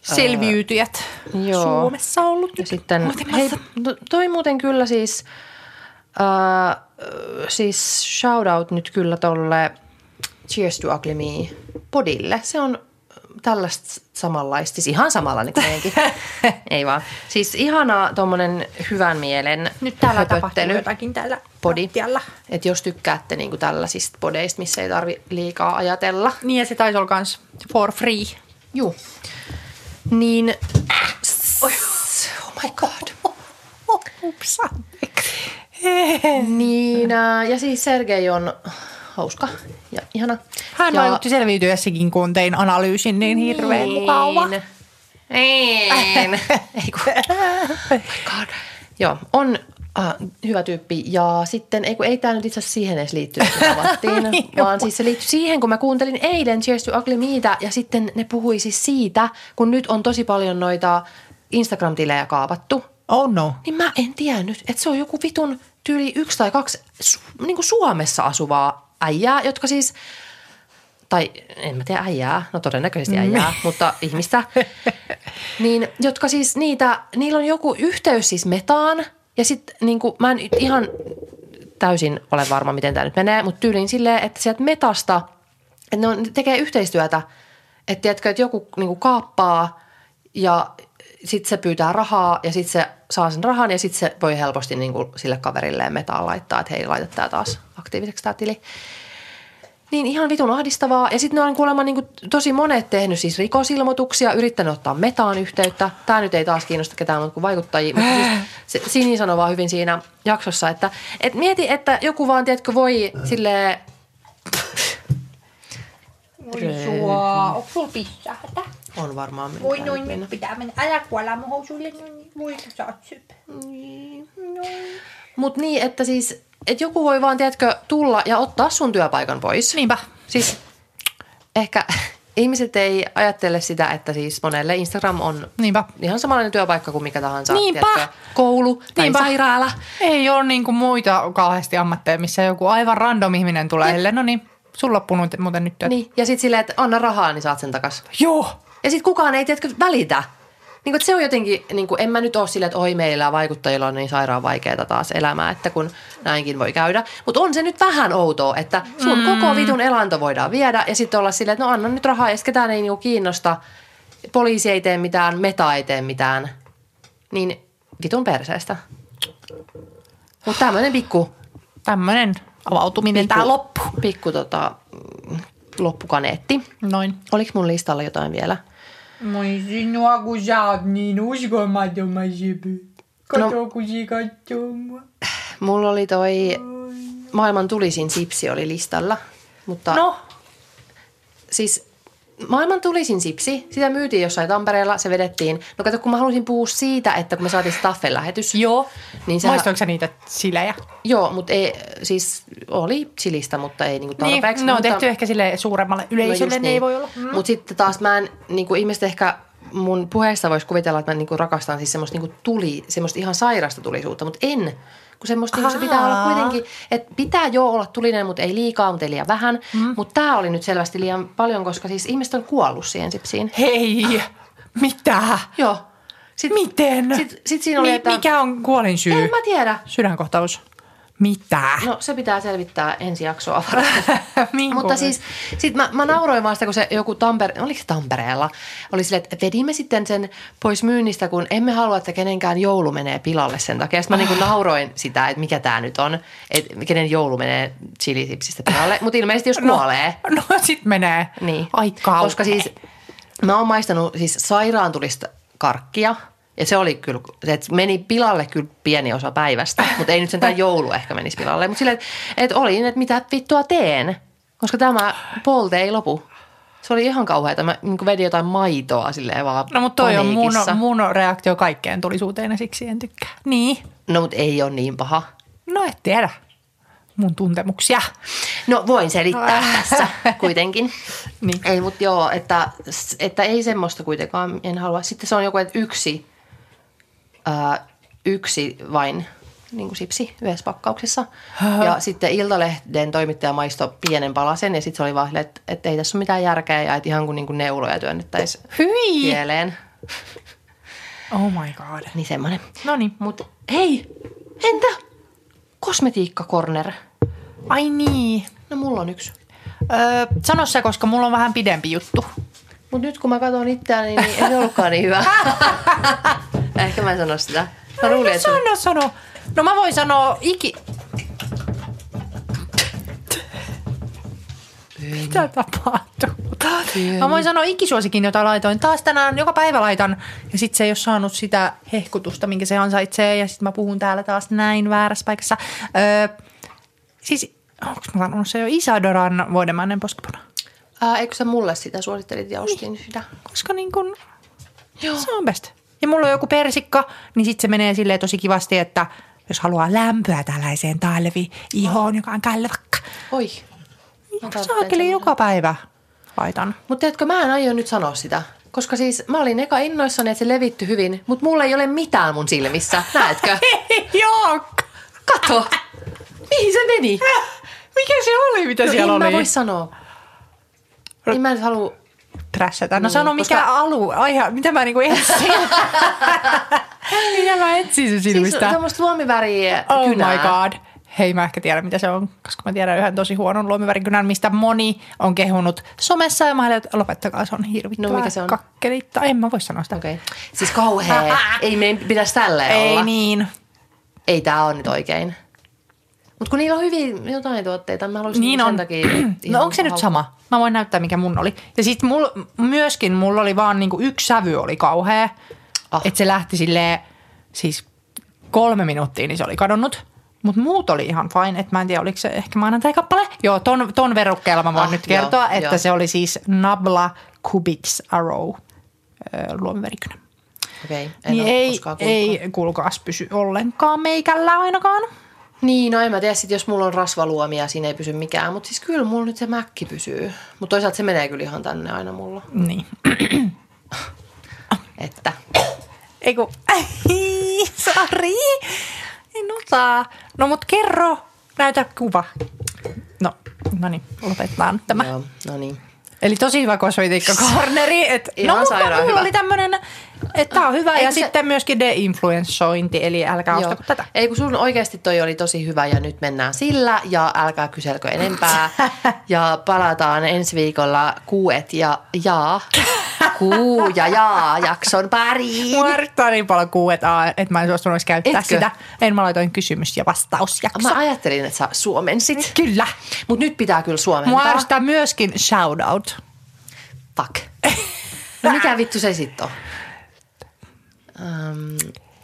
selviytyjät Joo. Suomessa ollut. Ja sitten, hei, toi muuten kyllä siis, äh, siis shout out nyt kyllä tolle Cheers to Ugly Me podille. Se on tällaista samanlaista, siis ihan samanlainen kuin meidänkin. Ei vaan. Siis ihanaa tommonen hyvän mielen nyt täällä höpöttely. tapahtuu jotakin täällä podi. lattialla. Että jos tykkäätte niinku tällaisista podeista, missä ei tarvi liikaa ajatella. Niin ja se taisi olla kans for free. Juu. Niin, oh my god. Ups. Niin, ja siis Sergei on hauska ja ihana. Hän ja, vaikutti selviytyessäkin, kun tein analyysin niin hirveän mukava. Niin. Ei kun. Oh God. Joo, on uh, hyvä tyyppi. Ja sitten, ei kun ei tämä nyt itse asiassa siihen edes liittynyt, kun tavattiin, vaan siis se liittyi siihen, kun mä kuuntelin eilen Cheers to Ugly Meitä ja sitten ne puhui siis siitä, kun nyt on tosi paljon noita Instagram-tilejä kaavattu. Oh no. Niin mä en tiennyt, että se on joku vitun tyyli yksi tai kaksi su- niin kuin Suomessa asuvaa äijää, jotka siis, tai en mä tiedä äijää, no todennäköisesti äijää, mm. mutta ihmistä, niin jotka siis niitä, niillä on joku yhteys siis metaan ja sitten niin kuin mä en ihan täysin ole varma, miten tämä nyt menee, mutta tyyliin silleen, että sieltä metasta, että ne on, tekee yhteistyötä, että tiedätkö, että joku niin kuin kaappaa ja sitten se pyytää rahaa ja sitten se saa sen rahan ja sitten se voi helposti niin kuin sille kaverilleen metaan laittaa, että hei, laita tämä taas aktiiviseksi tämä tili. Niin ihan vitun ahdistavaa. Ja sitten ne on kuulemma niin kuin tosi monet tehnyt siis rikosilmoituksia, yrittänyt ottaa metaan yhteyttä. Tämä nyt ei taas kiinnosta ketään muuta kuin vaikuttajia, mutta siis se, Sini sanoi vaan hyvin siinä jaksossa, että et mieti, että joku vaan, tiedätkö, voi silleen... Voi sua, onko sulla pissähätä? On varmaan mennä. Voi noin, mennä. Pitää mennä. Älä kuolla mun housuille, noin. Voi sä oot syp. Mut niin, että siis, että joku voi vaan, tiedätkö, tulla ja ottaa sun työpaikan pois. Niinpä. Siis ehkä ihmiset ei ajattele sitä, että siis monelle Instagram on Niinpä. ihan samanlainen työpaikka kuin mikä tahansa. Niinpä. Tiedätkö, koulu tai Niinpä. sairaala. Ei ole niinku muita kauheasti ammatteja, missä joku aivan random ihminen tulee. Helle, no niin, sun loppuu muuten nyt työt. Niin, ja sitten silleen, että anna rahaa, niin saat sen takas. Joo. Ja sitten kukaan ei, tiedätkö, välitä. Niin kuin, että se on jotenkin, niin kuin, en mä nyt ole silleen, että oi meillä vaikuttajilla on niin sairaan vaikeaa taas elämää, että kun näinkin voi käydä. Mutta on se nyt vähän outoa, että sun mm. koko vitun elanto voidaan viedä ja sitten olla silleen, että no anna nyt rahaa ja sitten ketään ei niinku kiinnosta. Poliisi ei tee mitään, meta ei tee mitään. Niin vitun perseestä. Mutta tämmöinen pikku... Tämmöinen avautuminen pikku, tää loppu. Pikku tota, loppukaneetti. Noin. Oliko mun listalla jotain vielä? Moi sinua, kun sä oot niin uskomaton, mä sypy. Kato, no, kun sä katsoo mua. Mulla oli toi maailman tulisin sipsi oli listalla, mutta no. Siis maailman tulisin sipsi, sitä myytiin jossain Tampereella, se vedettiin. No kato, kun mä halusin puhua siitä, että kun me saatiin Staffen lähetys. Joo. Niin se maistoiko sä niitä silejä? Joo, mutta ei, siis oli chilistä, mutta ei niinku tarpeeksi. Niin, ne on mutta, tehty ehkä sille suuremmalle yleisölle, no niin. Ei voi olla. Mm. Mutta sitten taas mä en, niinku ihmiset ehkä mun puheesta voisi kuvitella, että mä niinku rakastan siis semmoista niinku tuli, semmoista ihan sairasta tulisuutta, mutta en. Kun semmoista niinku se pitää olla kuitenkin, että pitää jo olla tulinen, mutta ei liikaa, mutta ei liian vähän. Mm. Mutta tää oli nyt selvästi liian paljon, koska siis ihmiset on kuollut siihen sipsiin. Hei, mitä? Joo. Sit, Miten? Sit, sit siinä oli, Mi- että... Mikä on kuolin syy? En mä tiedä. Sydänkohtaus. Mitä? No se pitää selvittää ensi jaksoa Mutta siis sit mä, mä nauroin vaan sitä, kun se joku Tampere, oliko se Tampereella, oli silleen, että vedimme sitten sen pois myynnistä, kun emme halua, että kenenkään joulu menee pilalle sen takia. Sitten mä niin kuin nauroin sitä, että mikä tää nyt on, että kenen joulu menee chilisipsistä pilalle. Mutta ilmeisesti jos kuolee. No, no sit menee. Niin. Ai kauhean. Koska siis mä oon maistanut siis sairaantulista karkkia. Ja se oli kyllä, että meni pilalle kyllä pieni osa päivästä, mutta ei nyt sentään joulu ehkä menisi pilalle. Mutta silleen, että oli, että mitä vittua teen, koska tämä polte ei lopu. Se oli ihan kauheata. Mä niin vedin jotain maitoa silleen vaan no mutta toi paniikissa. on mun, mun reaktio kaikkeen tulisuuteen ja siksi en tykkää. Niin. No mutta ei ole niin paha. No et tiedä. Mun tuntemuksia. No voin selittää tässä kuitenkin. Niin. Ei, mutta joo, että, että ei semmoista kuitenkaan en halua. Sitten se on joku, että yksi... Ää, yksi vain niin kuin sipsi yhdessä pakkauksessa. Ja sitten Iltalehden toimittaja maistoi pienen palasen ja sitten se oli vaan, että, että ei tässä ole mitään järkeä ja että ihan kuin, niin kuin neuloja työnnettäisiin kieleen. Oh my god. Niin semmoinen. Noniin. Mut hei, entä kosmetiikka-corner? Ai niin. No mulla on yksi. Öö, sano se, koska mulla on vähän pidempi juttu. Mut nyt kun mä katson itseäni, niin ei se ollutkaan niin hyvä. Ehkä mä en sano sitä. Mä luulin, no, että sano, sano. No mä voin sanoa iki... Mitä tapahtuu? Mä voin sanoa ikisuosikin, jota laitoin. Taas tänään joka päivä laitan. Ja sit se ei ole saanut sitä hehkutusta, minkä se ansaitsee. Ja sit mä puhun täällä taas näin väärässä paikassa. Öö, siis, onko mä sanonut se jo Isadoran voidemäinen poskipuna? Ää, eikö sä mulle sitä suosittelit ja ostin niin. sitä? Koska niin kun, Joo. se on best. Ja mulla on joku persikka, niin sit se menee silleen tosi kivasti, että jos haluaa lämpöä tällaiseen talvi-ihoon, joka on kalvakka. Oi. Saakeli joka päivä laitan. Mutta tiedätkö, mä en aio nyt sanoa sitä. Koska siis mä olin eka innoissani, että se levitty hyvin, mutta mulla ei ole mitään mun silmissä. Näetkö? Joo. Kato. Mihin se meni? Mikä se oli, mitä no, siellä oli? No en mä voi sanoa. Niin mä en halua... Prässätä. No niin, sano mikä koska... alu. Aiha, mitä mä niinku etsin? mitä mä etsin sun silmistä? Siis semmoista luomiväriä oh kynää. Oh my god. Hei, mä ehkä tiedän, mitä se on, koska mä tiedän yhden tosi huonon luomivärikynän, mistä moni on kehunut somessa ja mä haluan, että lopettakaa, se on hirvittävää. No mikä se on? Kakkelitta. En mä voi sanoa sitä. Okei. Okay. Siis kauhea. Ei meidän pitäisi tälleen Ei olla. Ei niin. Ei tää on nyt oikein. Mut kun niillä on hyvin jotain tuotteita, mä haluaisin niin sen on. takia... No onko se nyt sama? Mä voin näyttää, mikä mun oli. Ja sit mul, myöskin mulla oli vaan niinku yksi sävy oli kauhea. Ah. Että se lähti silleen, siis kolme minuuttia, niin se oli kadonnut. Mutta muut oli ihan fine, että mä en tiedä, oliko se ehkä maanantai-kappale. Joo, ton, ton verukkeella mä voin ah, nyt kertoa, joo, että jo. se oli siis Nabla Cubics Arrow luomivärikynä. Okei, okay, en niin ole ei, koskaan kuullut. Ei kuulkaas pysy ollenkaan meikällä ainakaan. Niin, no en mä tiedä sit, jos mulla on rasvaluomia, siinä ei pysy mikään. Mutta siis kyllä mulla nyt se mäkki pysyy. Mutta toisaalta se menee kyllä ihan tänne aina mulla. Niin. Että. Eiku, sori. En osaa. No mut kerro, näytä kuva. No, no niin, lopetetaan tämä. Joo, no niin. Eli tosi hyvä kosmetiikka-corneri. No mutta mulla hyvä. oli tämmönen, että tää on hyvä. Eikö ja se... sitten myöskin de-influenssointi, eli älkää ostako tätä. Ei kun sun oikeasti toi oli tosi hyvä ja nyt mennään sillä ja älkää kyselkö enempää. Ja palataan ensi viikolla kuuet ja jaa. Kuu ja jaa jakson pariin. Mua harjoittaa niin paljon kuuet A, että mä en suostunut edes käyttää Etkö? sitä. En, mä laitoin kysymys- ja vastausjakso. Mä ajattelin, että sä suomensit. Kyllä. Mut nyt pitää kyllä suomentaa. Mua harjoittaa myöskin shoutout. Fuck. No mikä vittu se sitten on? Um,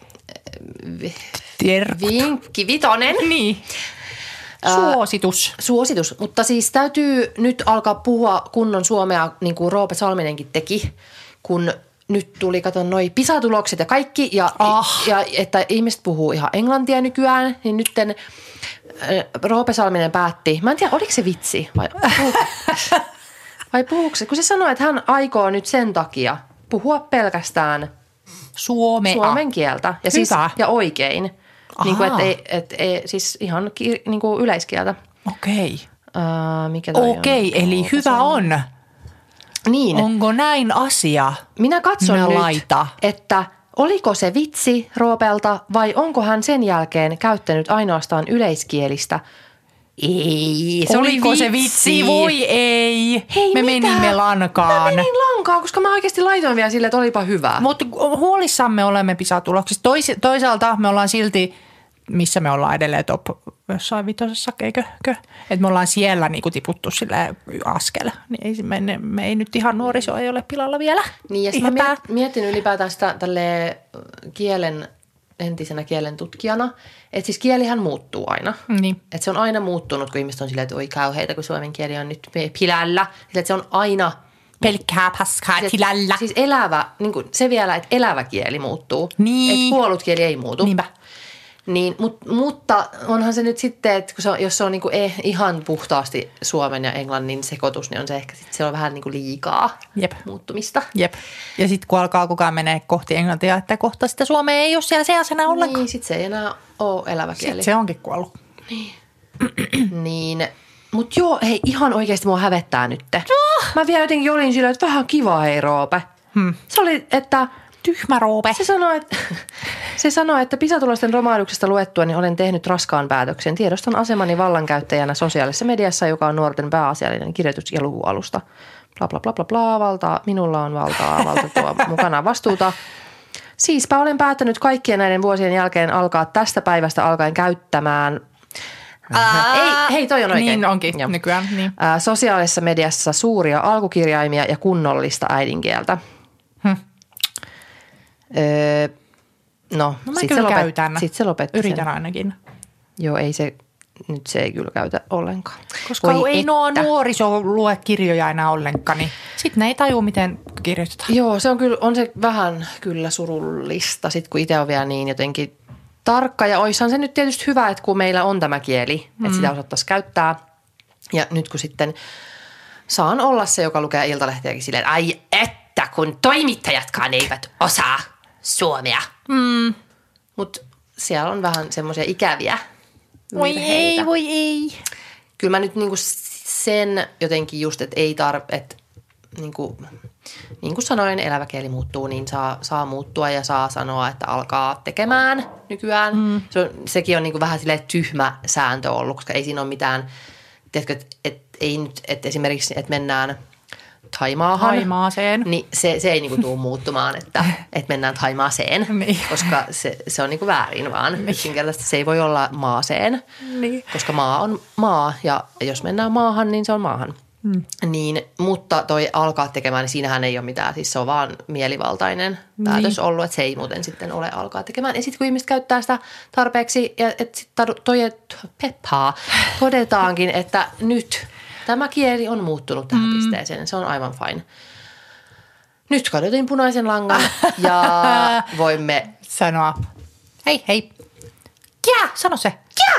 vinkki vitonen. Niin. Suositus. Äh, suositus, mutta siis täytyy nyt alkaa puhua kunnon suomea, niin kuin Roope Salminenkin teki, kun nyt tuli, kato, noi PISA-tulokset ja kaikki, ja, oh. ja että ihmiset puhuu ihan englantia nykyään, niin nytten äh, Roope Salminen päätti, mä en tiedä, oliko se vitsi vai, puhu, vai puhuuko se, kun se sanoi, että hän aikoo nyt sen takia puhua pelkästään Suomea. suomen kieltä ja, siis, ja oikein. Niin kuin, että ei, et, ei, siis ihan ki, niin kuin yleiskieltä. Okei. Uh, mikä toi Okei, on? eli hyvä on. Niin. Onko näin asia? Minä katson Minä nyt, laita. että oliko se vitsi Roopelta vai onko hän sen jälkeen käyttänyt ainoastaan yleiskielistä. Ei, se Oliko oli vitsi. se vitsi? Voi ei. Hei, me mitä? menimme lankaan. Mä menin lankaan, koska mä oikeasti laitoin vielä silleen, että olipa hyvä. Mutta huolissamme olemme PISA-tuloksista. Tois, toisaalta me ollaan silti, missä me ollaan edelleen top jossain vitosessa, eikö? Että me ollaan siellä niinku tiputtu silleen askel. Niin ei, me, me ei nyt ihan nuoriso ei ole pilalla vielä. Niin ja sitten mä mietin ylipäätään sitä tälleen kielen, entisenä kielen tutkijana, että siis kielihän muuttuu aina. Niin. Että se on aina muuttunut, kun ihmiset on silleen, että oi kauheita, kun suomen kieli on nyt pilalla. Että se on aina... Pelkkää paskaa tilalla. Siis elävä, niin kuin se vielä, että elävä kieli muuttuu. Niin. Että kuollut kieli ei muutu. Niinpä. Niin, mut, mutta onhan se nyt sitten, että kun se on, jos se on niin kuin eh, ihan puhtaasti suomen ja englannin sekoitus, niin on se ehkä sitten se on vähän niin kuin liikaa Jep. muuttumista. Jep. Ja sitten kun alkaa kukaan menee kohti englantia, että kohta sitä suomea ei ole siellä seasena ollenkaan. Niin, sitten se ei enää ole elävä kieli. Sitten se onkin kuollut. Niin. niin. Mut joo, hei ihan oikeasti mua hävettää nyt. Oh. Mä vielä jotenkin olin silleen, että vähän kiva hei Roope. Hmm. Se oli, että Tyhmä Roope. Se sanoo, että, se sanoo, että PISA-tulosten romahduksesta luettua, niin olen tehnyt raskaan päätöksen. Tiedostan asemani vallankäyttäjänä sosiaalisessa mediassa, joka on nuorten pääasiallinen kirjoitus- ja lukualusta. Bla bla bla bla bla, valtaa. Minulla on valtaa, valta tuo mukana vastuuta. Siispä olen päättänyt kaikkien näiden vuosien jälkeen alkaa tästä päivästä alkaen käyttämään... Ää, ei, hei, toi on oikein. Niin onkin Joo. nykyään. Niin. Ää, sosiaalisessa mediassa suuria alkukirjaimia ja kunnollista äidinkieltä. Hm. Öö, no, no sit se, lopet, sit se lopetti Yritän sen. ainakin. Joo, ei se, nyt se ei kyllä käytä ollenkaan. Koska Voi ei että. nuo nuoriso lue kirjoja enää ollenkaan, niin sitten ne ei taju, miten kirjoitetaan. Joo, se on kyllä, on se vähän kyllä surullista, sit kun itse on vielä niin jotenkin tarkka. Ja oishan se nyt tietysti hyvä, että kun meillä on tämä kieli, mm. että sitä osattaisiin käyttää. Ja nyt kun sitten saan olla se, joka lukee Iltalehtiäkin silleen, ai että kun toimittajatkaan eivät osaa suomea. Mm. Mutta siellä on vähän semmoisia ikäviä Voi virheitä. ei, voi ei. Kyllä mä nyt niinku sen jotenkin just, että ei tarvitse, että niinku, niin kuin sanoin, elävä kieli muuttuu, niin saa, saa muuttua ja saa sanoa, että alkaa tekemään nykyään. Mm. Se on, sekin on niinku vähän silleen tyhmä sääntö ollut, koska ei siinä ole mitään, tiedätkö, että et, ei nyt, että esimerkiksi, että mennään Taimaahan. Taimaaseen. Niin se, se ei niinku tule muuttumaan, että, että mennään Taimaaseen, niin. koska se, se on niinku väärin vaan. Niin. Yksinkertaisesti se ei voi olla maaseen, niin. koska maa on maa ja jos mennään maahan, niin se on maahan. Hmm. Niin, mutta toi alkaa tekemään, niin siinähän ei ole mitään, siis se on vaan mielivaltainen päätös niin. ollut, että se ei muuten sitten ole alkaa tekemään. Ja sitten kun ihmiset käyttää sitä tarpeeksi ja että sitten toi peppaa, todetaankin, että nyt tämä kieli on muuttunut tähän mm. pisteeseen. Se on aivan fine. Nyt kadotin punaisen langan ja voimme sanoa hei hei. Kää, sano se. Kää!